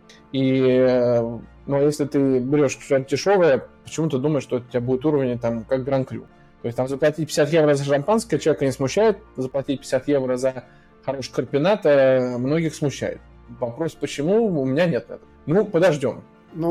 Но если ты берешь что-нибудь дешевое, почему ты думаешь, что у тебя будет уровень как Гран-Крю? То есть заплатить 50 евро за шампанское человека не смущает, заплатить 50 евро за хороший Карпинат многих смущает. Вопрос, почему, у меня нет этого. Подождем.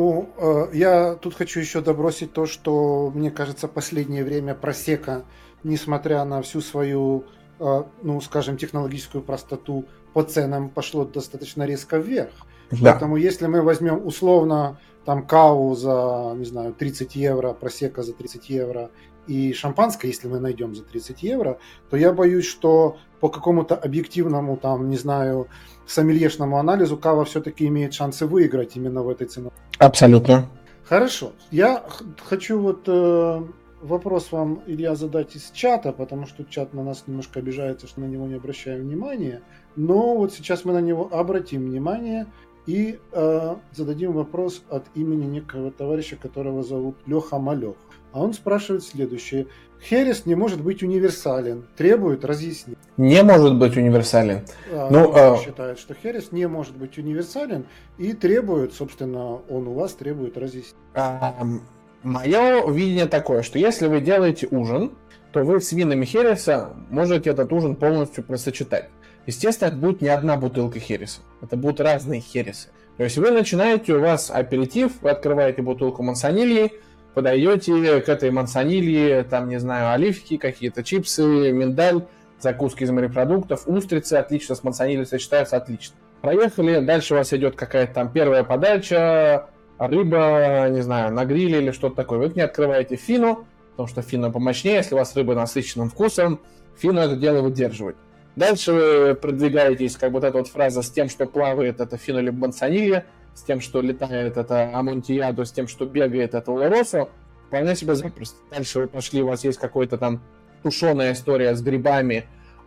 Я тут хочу еще добросить то, что, мне кажется, последнее время просека, несмотря на всю свою, технологическую простоту, по ценам пошло достаточно резко вверх. Да. Поэтому если мы возьмем условно каву за, 30 евро, просека за 30 евро и шампанское, если мы найдем за 30 евро, то я боюсь, что по какому-то объективному, сомельешному анализу кава все-таки имеет шансы выиграть именно в этой цене. Абсолютно. Хорошо. Я хочу вопрос вам, Илья, задать из чата, потому что чат на нас немножко обижается, что на него не обращаем внимания. Но сейчас мы на него обратим внимание и зададим вопрос от имени некого товарища, которого зовут Леха Малех. А он спрашивает следующее. Херес не может быть универсален, требует разъяснений. Не может быть универсален. Он считает, что херес не может быть универсален и требует, собственно, он у вас требует разъяснений. Мое видение такое, что если вы делаете ужин, то вы с винами хереса можете этот ужин полностью просочетать. Естественно, это будет не одна бутылка хереса, это будут разные хересы. То есть вы начинаете, у вас аперитив, вы открываете бутылку мансанильи, подаете к этой мансанильи, оливки, какие-то чипсы, миндаль, закуски из морепродуктов, устрицы отлично с мансанильей сочетаются отлично. Проехали, дальше у вас идет какая-то первая подача, рыба, на гриле или что-то такое. Вы к ней открываете фину, потому что фина помощнее, если у вас рыба насыщенным вкусом, фину это дело выдерживает. Дальше вы продвигаетесь, эта фраза с тем, что плавает, это фино или мансанилья, с тем, что летает, это амонтиядо, с тем, что бегает, это лоросо, вполне себе запросто. Дальше вы пошли, у вас есть какая-то тушеная история с грибами,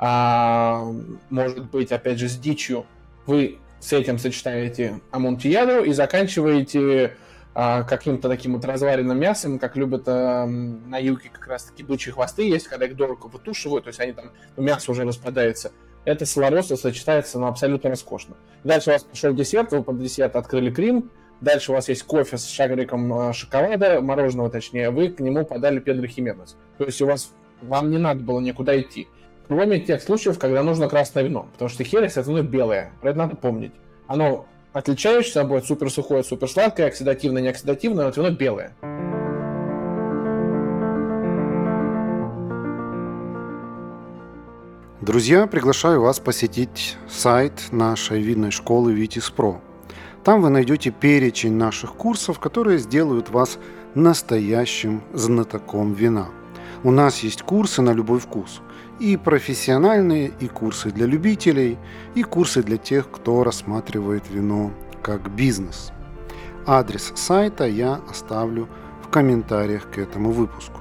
может быть, опять же, с дичью. Вы с этим сочетаете амонтиядо и заканчиваете каким-то таким разваренным мясом, как любят на юге как раз-таки бычьи хвосты есть, когда их дорого вытушивают, то есть они мясо уже распадается. Это с лоросо сочетается абсолютно роскошно. Дальше у вас пошел десерт, вы под десерт открыли крем, дальше у вас есть кофе с шариком шоколада, мороженого точнее, вы к нему подали Педро Хименес. То есть вам не надо было никуда идти. Кроме тех случаев, когда нужно красное вино, потому что херес это вино белое, про это надо помнить. Оно отличающееся будет супер сухое, супер сладкое, оксидативное, неоксидативное, но это вино белое. Друзья, приглашаю вас посетить сайт нашей винной школы Vitis Pro. Там вы найдете перечень наших курсов, которые сделают вас настоящим знатоком вина. У нас есть курсы на любой вкус. И профессиональные, и курсы для любителей, и курсы для тех, кто рассматривает вино как бизнес. Адрес сайта я оставлю в комментариях к этому выпуску.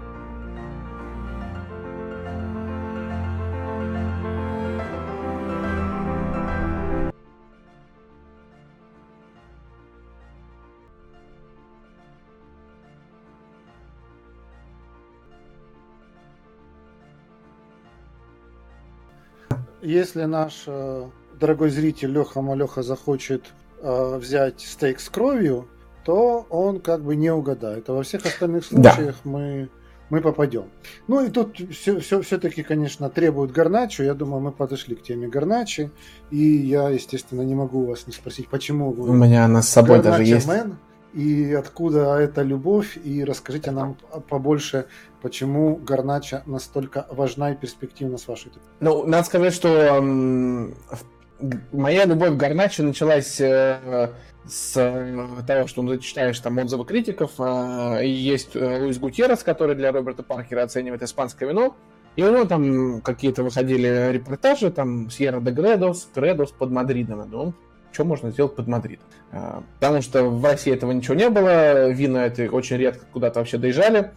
Если наш дорогой зритель Леха Малеха захочет взять стейк с кровью, то он как бы не угадает. А во всех остальных случаях мы попадем. Ну и тут все-таки, конечно, требует гарначо. Я думаю, мы подошли к теме гарначи. И я, естественно, не могу вас не спросить, почему вы... У меня она с собой даже есть. И откуда эта любовь, и расскажите нам побольше, почему гарнача настолько важна и перспективна с вашей точки зрения. Ну, надо сказать, что моя любовь к гарначе началась с того, что ты читаешь там отзывы критиков. И есть Луис Гутьеррес, который для Роберта Паркера оценивает испанское вино. И у него там какие-то выходили репортажи, там Сьерра де Гредос под Мадридом. Я думаю, что можно сделать под Мадридом? Потому что в России этого ничего не было, вина это очень редко куда-то вообще доезжали.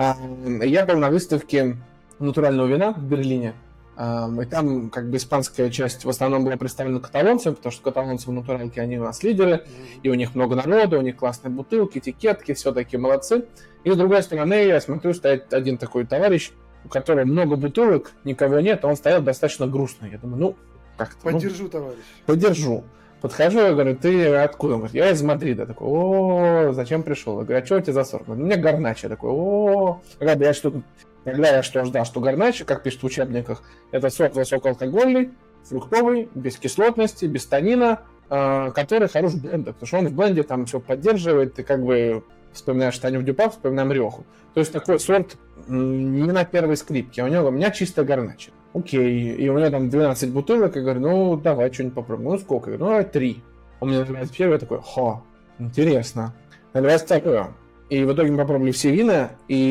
Я был на выставке натурального вина в Берлине, и там как бы испанская часть в основном была представлена каталонцами, потому что каталонцы в натуралке, они у нас лидеры, и у них много народу, у них классные бутылки, этикетки, все такие молодцы. И с другой стороны, я смотрю, стоит один такой товарищ, у которого много бутылок, никого нет, а он стоял достаточно грустно. Я думаю, ну, как-то... Поддержу, товарищ. Поддержу. Подхожу, я говорю, ты откуда? Он говорит, я из Мадрида. Такой, о, зачем пришел? Я говорю, а что у тебя за сорт? У меня гарначо. Такой, о, когда я что ждал, что гарначо, как пишут в учебниках, это сорт высокоалкогольный, фруктовый, без кислотности, без танина, который хорош в блендах, потому что он в бленде там все поддерживает, ты как бы вспоминаешь Таню Дюпа, вспоминаем Реху. То есть такой сорт не на первой скрипке, а у меня чисто гарначо. Окей, и у меня там 12 бутылок, я говорю, ну, давай что-нибудь попробуем. Ну, сколько? Я говорю, ну, давай 3. Он мне наливает первое, я такой, интересно. Наливает второе. И в итоге мы попробовали все вина,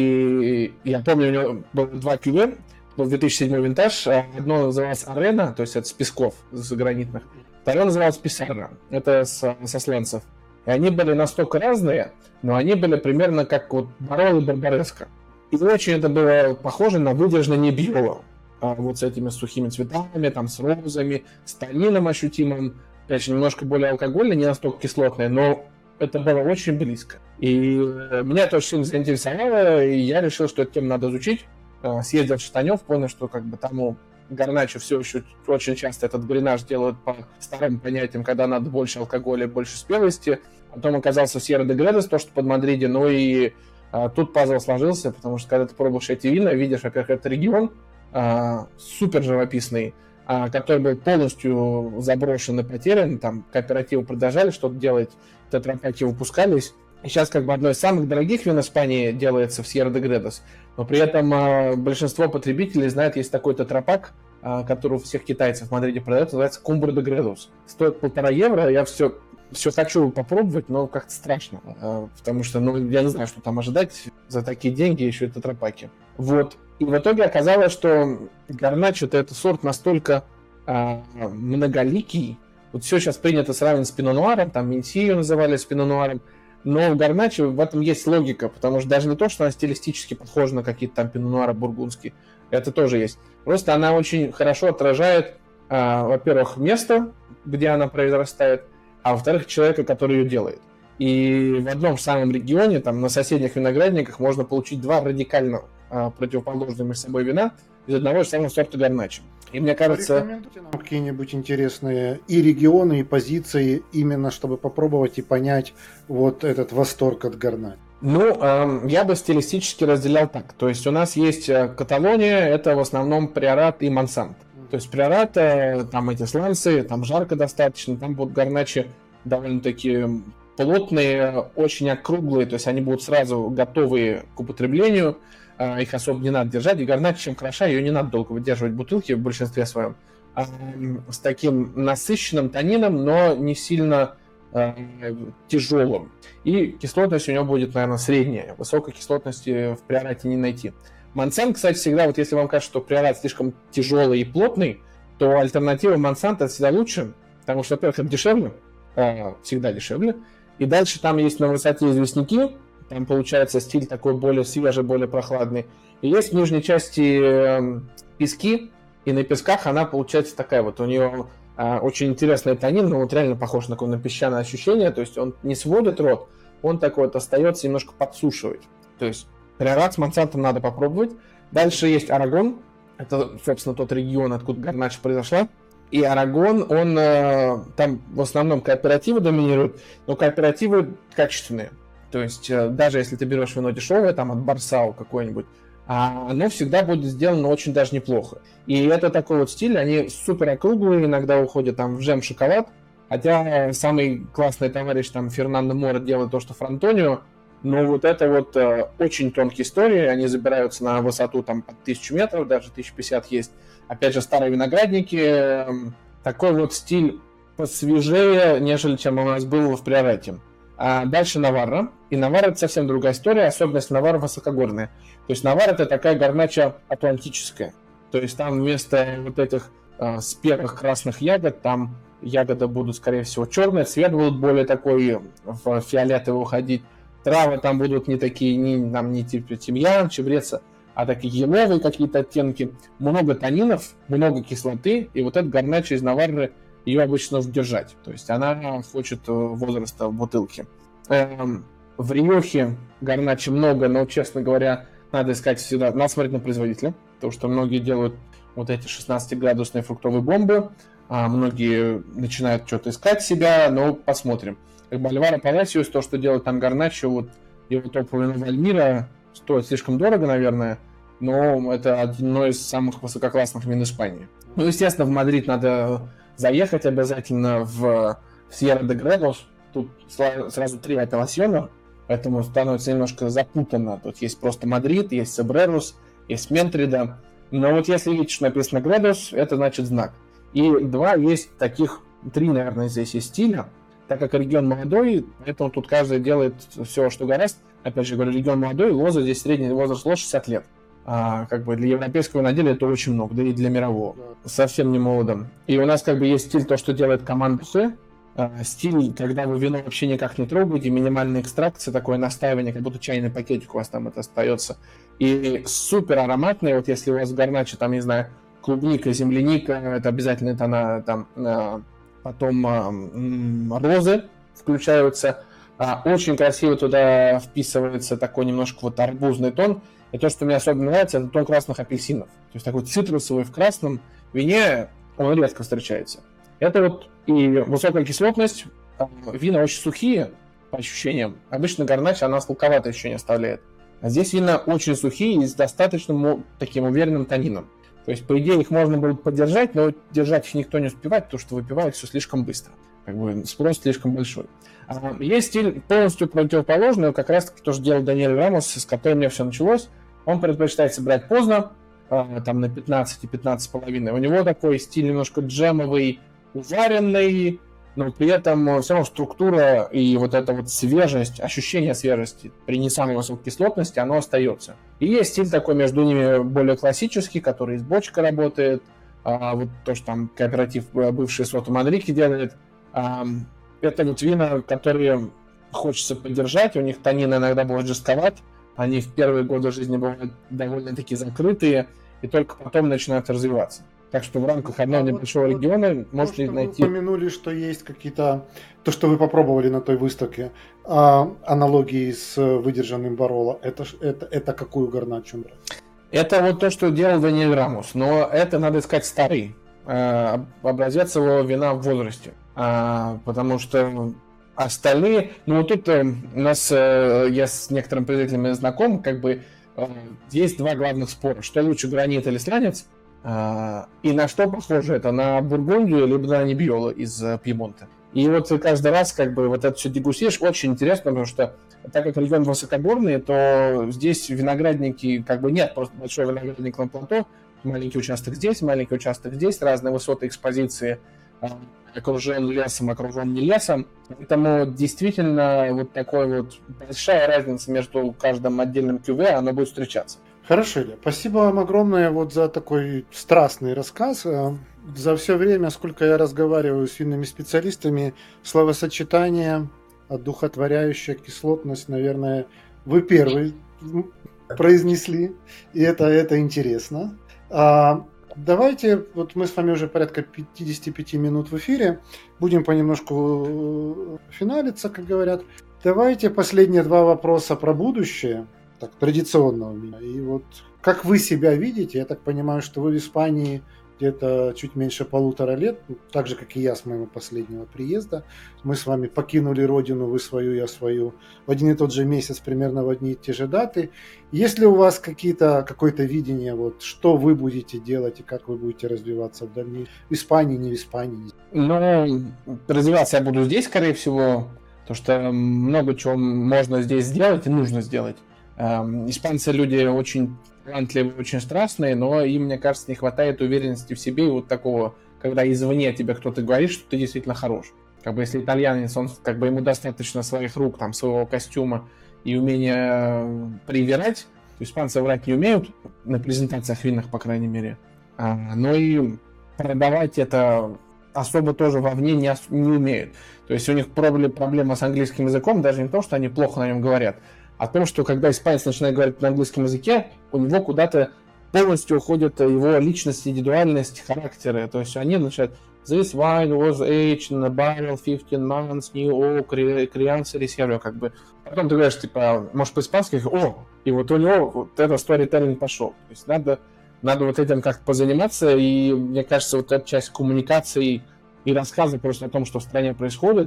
и я помню, у него было 2 кюве, был 2007 винтаж, одно называлось Арена, то есть это с песков, с гранитных, второе называлось Писарра, это со сланцев. И они были настолько разные, но они были примерно как вот Бароло и Барбареско. И очень это было похоже на выдержанное Неббиоло. Вот с этими сухими цветами, там, с розами, с танином ощутимым, конечно, немножко более алкогольное, не настолько кислотное, но это было очень близко. И меня это очень сильно заинтересовало, и я решил, что эту тему надо изучить. Съездил в Штанев, понял, что как бы там у гарначо все еще очень часто этот гренаж делают по старым понятиям, когда надо больше алкоголя, больше спелости. Потом оказался в Сьерра де Гредос, то, что под Мадриде, ну и тут пазл сложился, потому что когда ты пробуешь эти вина, видишь, во-первых, это регион, супер живописный, который был полностью заброшен и потерян, там кооперативы продолжали что-то делать, тетрапаки выпускались, и сейчас как бы одно из самых дорогих вин Испании делается в Сьерра де Гредос, но при этом большинство потребителей знает, есть такой тетрапак, который у всех китайцев в Мадриде продается, называется Кумбра де Гредос. Стоит 1,5 евро, я все хочу попробовать, но как-то страшно, потому что, ну, я не знаю, что там ожидать за такие деньги, еще и тетрапаки. Вот. И в итоге оказалось, что гарначо это сорт настолько многоликий. Вот все сейчас принято сравнивать с пино-нуаром, там Менсию называли с пино-нуаром, но в гарначо в этом есть логика, потому что даже не то, что она стилистически похожа на какие-то там пино-нуары бургундские, это тоже есть. Просто она очень хорошо отражает, во-первых, место, где она произрастает, а во-вторых, человека, который ее делает. И в одном самом регионе, там на соседних виноградниках можно получить 2 радикально противоположные между собой вина из одного и самого сорта гарначо. И мне кажется... Порекомендуйте нам какие-нибудь интересные и регионы, и позиции, именно чтобы попробовать и понять вот этот восторг от гарначо. Ну, я бы стилистически разделял так. То есть у нас есть Каталония, это в основном Приорат и Монсант. То есть Приорат, там эти сланцы, там жарко достаточно, там будут гарначи довольно-таки плотные, очень округлые, то есть они будут сразу готовые к употреблению, их особо не надо держать, и гарначо чем хороша, ее не надо долго выдерживать в бутылке в большинстве своем, с таким насыщенным танином, но не сильно тяжелым. И кислотность у него будет, наверное, средняя. Высокой кислотности в приорате не найти. Монсанто, кстати, всегда, вот если вам кажется, что приорат слишком тяжелый и плотный, то альтернатива Монсанто всегда лучше, потому что, во-первых, это дешевле, всегда дешевле. И дальше там есть на высоте известняки, там получается стиль такой более свежий, более прохладный. И есть в нижней части пески, и на песках она получается такая вот, у нее очень интересный тонин, но вот реально похож на песчаное ощущение, то есть он не сводит рот, он такой вот остается немножко подсушивать. То есть приорат с Монсанто надо попробовать. Дальше есть Арагон, это, собственно, тот регион, откуда Гарначо произошла. И Арагон, он там в основном кооперативы доминируют, но кооперативы качественные. То есть даже если ты берешь вино дешевое, там от Барсау какое-нибудь, оно всегда будет сделано очень даже неплохо. И это такой вот стиль, они супер округлые, иногда уходят там в джем-шоколад. Хотя самый классный товарищ там Фернандо Моро делает то, что Франтонио, но вот это вот очень тонкие истории, они забираются на высоту там под 1000 метров, даже 1050 есть. Опять же, старые виноградники, такой вот стиль посвежее, нежели чем у нас было в приорате. А дальше Наварра. И Наварра — это совсем другая история, особенность Наварра высокогорная. То есть Наварра — это такая гарнача атлантическая. То есть там вместо вот этих спелых красных ягод, там ягоды будут, скорее всего, черные, цвет будет более такой в фиолетовый уходить. Травы там будут не такие, не типа тимьян, чабреца, а такие еловые какие-то оттенки. Много танинов, много кислоты, и вот эта гарнача из Наварры, ее обычно нужно держать. То есть она хочет возраста в бутылке. В Риохе гарначи много, но, честно говоря, надо искать всегда, надо смотреть на производителя, потому что многие делают вот эти 16-градусные фруктовые бомбы, а многие начинают что-то искать себя, но посмотрим. Как бы Альваро Паласиос, то, что делает там гарначо, вот его топовое вино Вальмира стоит слишком дорого, наверное, но это одно из самых высококлассных вин Испании. Ну, естественно, в Мадрид надо заехать обязательно в Сьерра де Гредос. Тут сразу 3 апелласьона, поэтому становится немножко запутанно. Тут есть просто Мадрид, есть Собрерус, есть Ментрида. Но вот если видишь, что написано Гредос, это значит знак. И 2 есть таких, 3, наверное, здесь есть стиля. Так как регион молодой, поэтому тут каждый делает все, что гораздо. Опять же говорю, регион молодой, лоза, здесь средний возраст лоз 60 лет. Как бы для европейского виноделия это очень много, да и для мирового. Совсем не молодым. И у нас как бы есть стиль, то, что делает команда Х. Стиль, когда вы вино вообще никак не трогаете, минимальная экстракция, такое настаивание, как будто чайный пакетик у вас там это остается. И супер ароматный, вот если у вас в гарначе, там, не знаю, клубника, земляника, это обязательно тона, там, потом розы включаются. Очень красиво туда вписывается такой немножко вот арбузный тон. И то, что мне особенно нравится, это тон красных апельсинов. То есть такой цитрусовый в красном вине, он редко встречается. Это вот и высокая кислотность. Вина очень сухие, по ощущениям. Обычно гарначо, она сладковатое ощущение оставляет. А здесь вина очень сухие и с достаточно таким уверенным тонином. То есть, по идее, их можно было поддержать, но держать их никто не успевает, потому что выпивают все слишком быстро. Как бы спрос слишком большой. Есть стиль полностью противоположный, как раз-таки тоже делал Даниэль Рамос, с которым у меня все началось. Он предпочитает собирать поздно, там на 15 и 15,5. У него такой стиль немножко джемовый, уваренный, но при этом все равно структура и вот эта вот свежесть, ощущение свежести при не самой высокой кислотности, оно остается. И есть стиль такой между ними более классический, который из бочка работает, вот то, что там кооператив бывший Сото Манрике делает. Это вот вина, которые хочется поддержать, у них тонин иногда будет жестковат, они в первые годы жизни бывают довольно-таки закрытые, и только потом начинают развиваться. Так что в рамках одного небольшого региона можете найти... Вы упомянули, что есть какие-то... То, что вы попробовали на той выставке, аналогии с выдержанным Бароло. Это какую гарначу брать? Это вот то, что делал Даниэль Рамос. Но это надо искать старый. Образец его вина в возрасте. Потому что остальные... Ну вот тут у нас... Я с некоторыми производителями знаком. Как бы есть 2 главных спора. Что лучше, гранит или сланец? И на что похоже это? На Бургундию, либо на Небьоло из Пьемонта. И вот каждый раз как бы вот это все дегустируешь, очень интересно, потому что так как регион высокогорный, то здесь виноградники как бы нет, просто большой виноградник на плато, маленький участок здесь, разные высоты экспозиции. окружен лесом, окружен не лесом. Поэтому действительно вот такой вот большая разница между каждым отдельным кюве, она будет встречаться. Хорошо, Илья. Спасибо вам огромное вот за такой страстный рассказ. За все время, сколько я разговариваю с винными специалистами, словосочетание одухотворяющая кислотность, наверное, вы первый произнесли, и это интересно. Давайте, вот мы с вами уже порядка 55 минут в эфире, будем понемножку финалиться, как говорят. Давайте последние два вопроса про будущее, так, традиционно у меня. И вот как вы себя видите, я так понимаю, что вы в Испании где-то чуть меньше 1,5 лет, так же, как и я с моего последнего приезда. Мы с вами покинули родину, вы свою, я свою, в один и тот же месяц, примерно в одни и те же даты. Есть ли у вас какое-то видение, вот, что вы будете делать и как вы будете развиваться в дальнейшем? В Испании, не в Испании? Ну, развиваться я буду здесь, скорее всего, потому что много чего можно здесь сделать и нужно сделать. Испанцы люди очень талантливые, очень страстные, но им, мне кажется, не хватает уверенности в себе и вот такого, когда извне тебе кто-то говорит, что ты действительно хорош. Как бы если итальянец, он как бы ему достаточно своих рук, там, своего костюма и умения привирать, то испанцы врать не умеют, на презентациях винных, по крайней мере. Но и продавать это особо тоже вовне не умеют. То есть у них проблема с английским языком даже не то, что они плохо на нем говорят, о том, что когда испанец начинает говорить на английском языке, у него куда-то полностью уходит его личность, индивидуальность, характеры. То есть они начинают «This wine was aged in a barrel 15 months, new oak, crianza reserve». Как бы. Потом ты говоришь, типа, может по-испански, о, и вот у него вот этот storytelling пошел. То есть надо вот этим как-то позаниматься, и мне кажется, вот эта часть коммуникации и рассказа просто о том, что в стране происходит,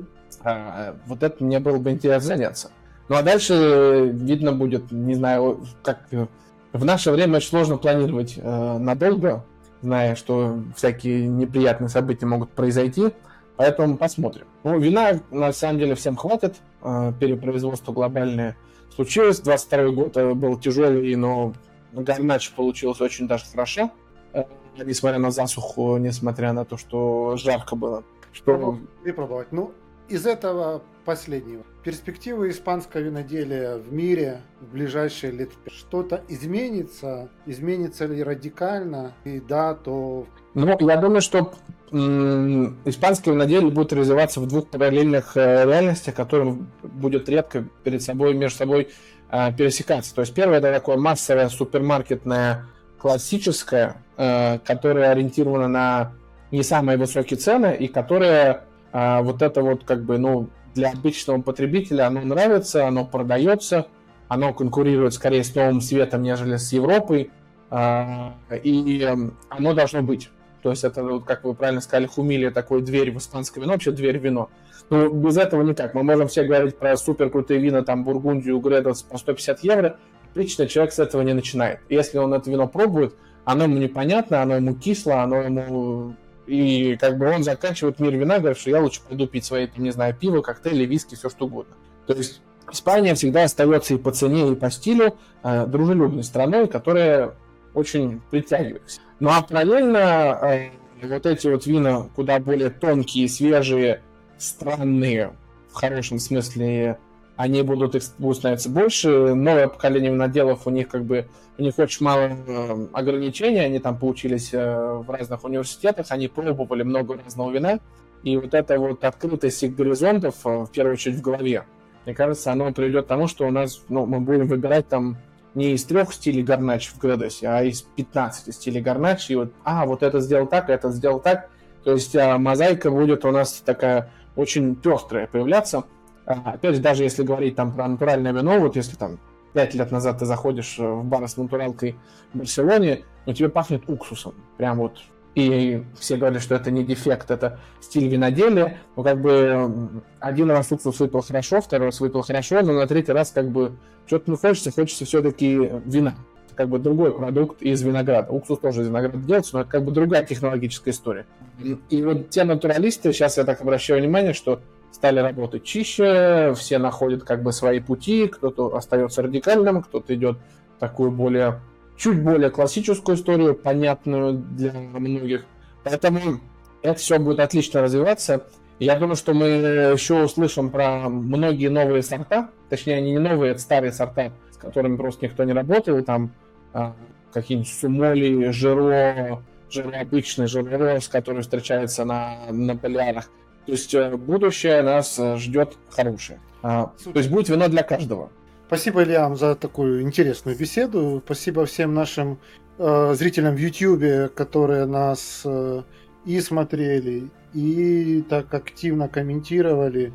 вот это мне было бы интересно заняться. Ну а дальше видно будет, не знаю, как в наше время очень сложно планировать надолго, зная, что всякие неприятные события могут произойти, поэтому посмотрим. Ну, вина на самом деле всем хватит, перепроизводство глобальное случилось, 22 год был тяжелый, но гарнач получилось очень даже хорошо, несмотря на засуху, несмотря на то, что жарко было. И пробовать. Ну, из этого последнего. Перспективы испанского виноделия в мире в ближайшие лет что-то изменится? Изменится ли радикально? И да, то... Ну, я думаю, что испанское виноделие будет развиваться в двух параллельных реальностях, которые будет редко между собой пересекаться. То есть первое — это такое массовое супермаркетное классическое, которое ориентировано на не самые высокие цены и которое вот это вот как бы, ну, для обычного потребителя оно нравится, оно продается, оно конкурирует скорее с Новым Светом, нежели с Европой, и оно должно быть. То есть это, вот, как вы правильно сказали, хумилия, такой дверь в испанское вино, вообще дверь в вино. Ну, без этого никак. Мы можем все говорить про супер крутые вина, там, Бургундию, Гредос по 150 евро. Отлично, человек с этого не начинает. Если он это вино пробует, оно ему непонятно, оно ему кисло, оно ему... И как бы он заканчивает мир вина, говорит, что я лучше пойду пить свои, не знаю, пиво, коктейли, виски, все что угодно. То есть Испания всегда остается и по цене, и по стилю дружелюбной страной, которая очень притягивает. Ну а параллельно вот эти вот вина куда более тонкие, свежие, странные, в хорошем смысле, они будут становиться больше. Новое поколение виноделов, у них очень мало ограничений, они там поучились в разных университетах, они пробовали много разного вина, и вот эта вот открытость их горизонтов, в первую очередь в голове, мне кажется, оно приведет к тому, что у нас, мы будем выбирать там не из 3 стилей гарнач в Гредосе, а из 15 стилей гарнач, и вот это сделал так, это сделал так, то есть мозаика будет у нас такая очень пестрая появляться. Опять же, даже если говорить там про натуральное вино, вот если там 5 лет назад ты заходишь в бар с натуралкой в Барселоне, тебе пахнет уксусом. Прям вот. И все говорят, что это не дефект, это стиль виноделия. Ну, как бы один раз уксус выпил хорошо, второй раз выпил хорошо, но на третий раз как бы что-то хочется все-таки вина. Это как бы другой продукт из винограда. Уксус тоже из винограда делается, но это как бы другая технологическая история. И вот те натуралисты, сейчас я так обращаю внимание, что стали работать чище, все находят как бы свои пути, кто-то остается радикальным, кто-то идет такую чуть более классическую историю, понятную для многих. Поэтому Это все будет отлично развиваться. Я думаю, что мы еще услышим про многие новые сорта, точнее, они не новые, это старые сорта, с которыми просто никто не работал, там какие-нибудь сумоли, жиро обычный, жиро, который встречается на полярах. То есть будущее нас ждет хорошее. То есть будет вино для каждого. Спасибо, Илья, за такую интересную беседу. Спасибо всем нашим зрителям в YouTube, которые нас и смотрели, и так активно комментировали.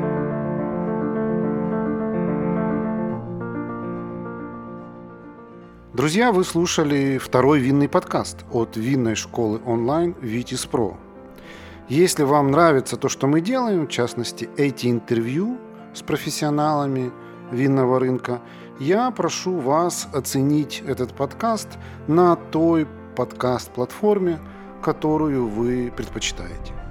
Друзья, вы слушали второй винный подкаст от винной школы онлайн Vitis Pro. Если вам нравится то, что мы делаем, в частности, эти интервью с профессионалами винного рынка, я прошу вас оценить этот подкаст на той подкаст-платформе, которую вы предпочитаете.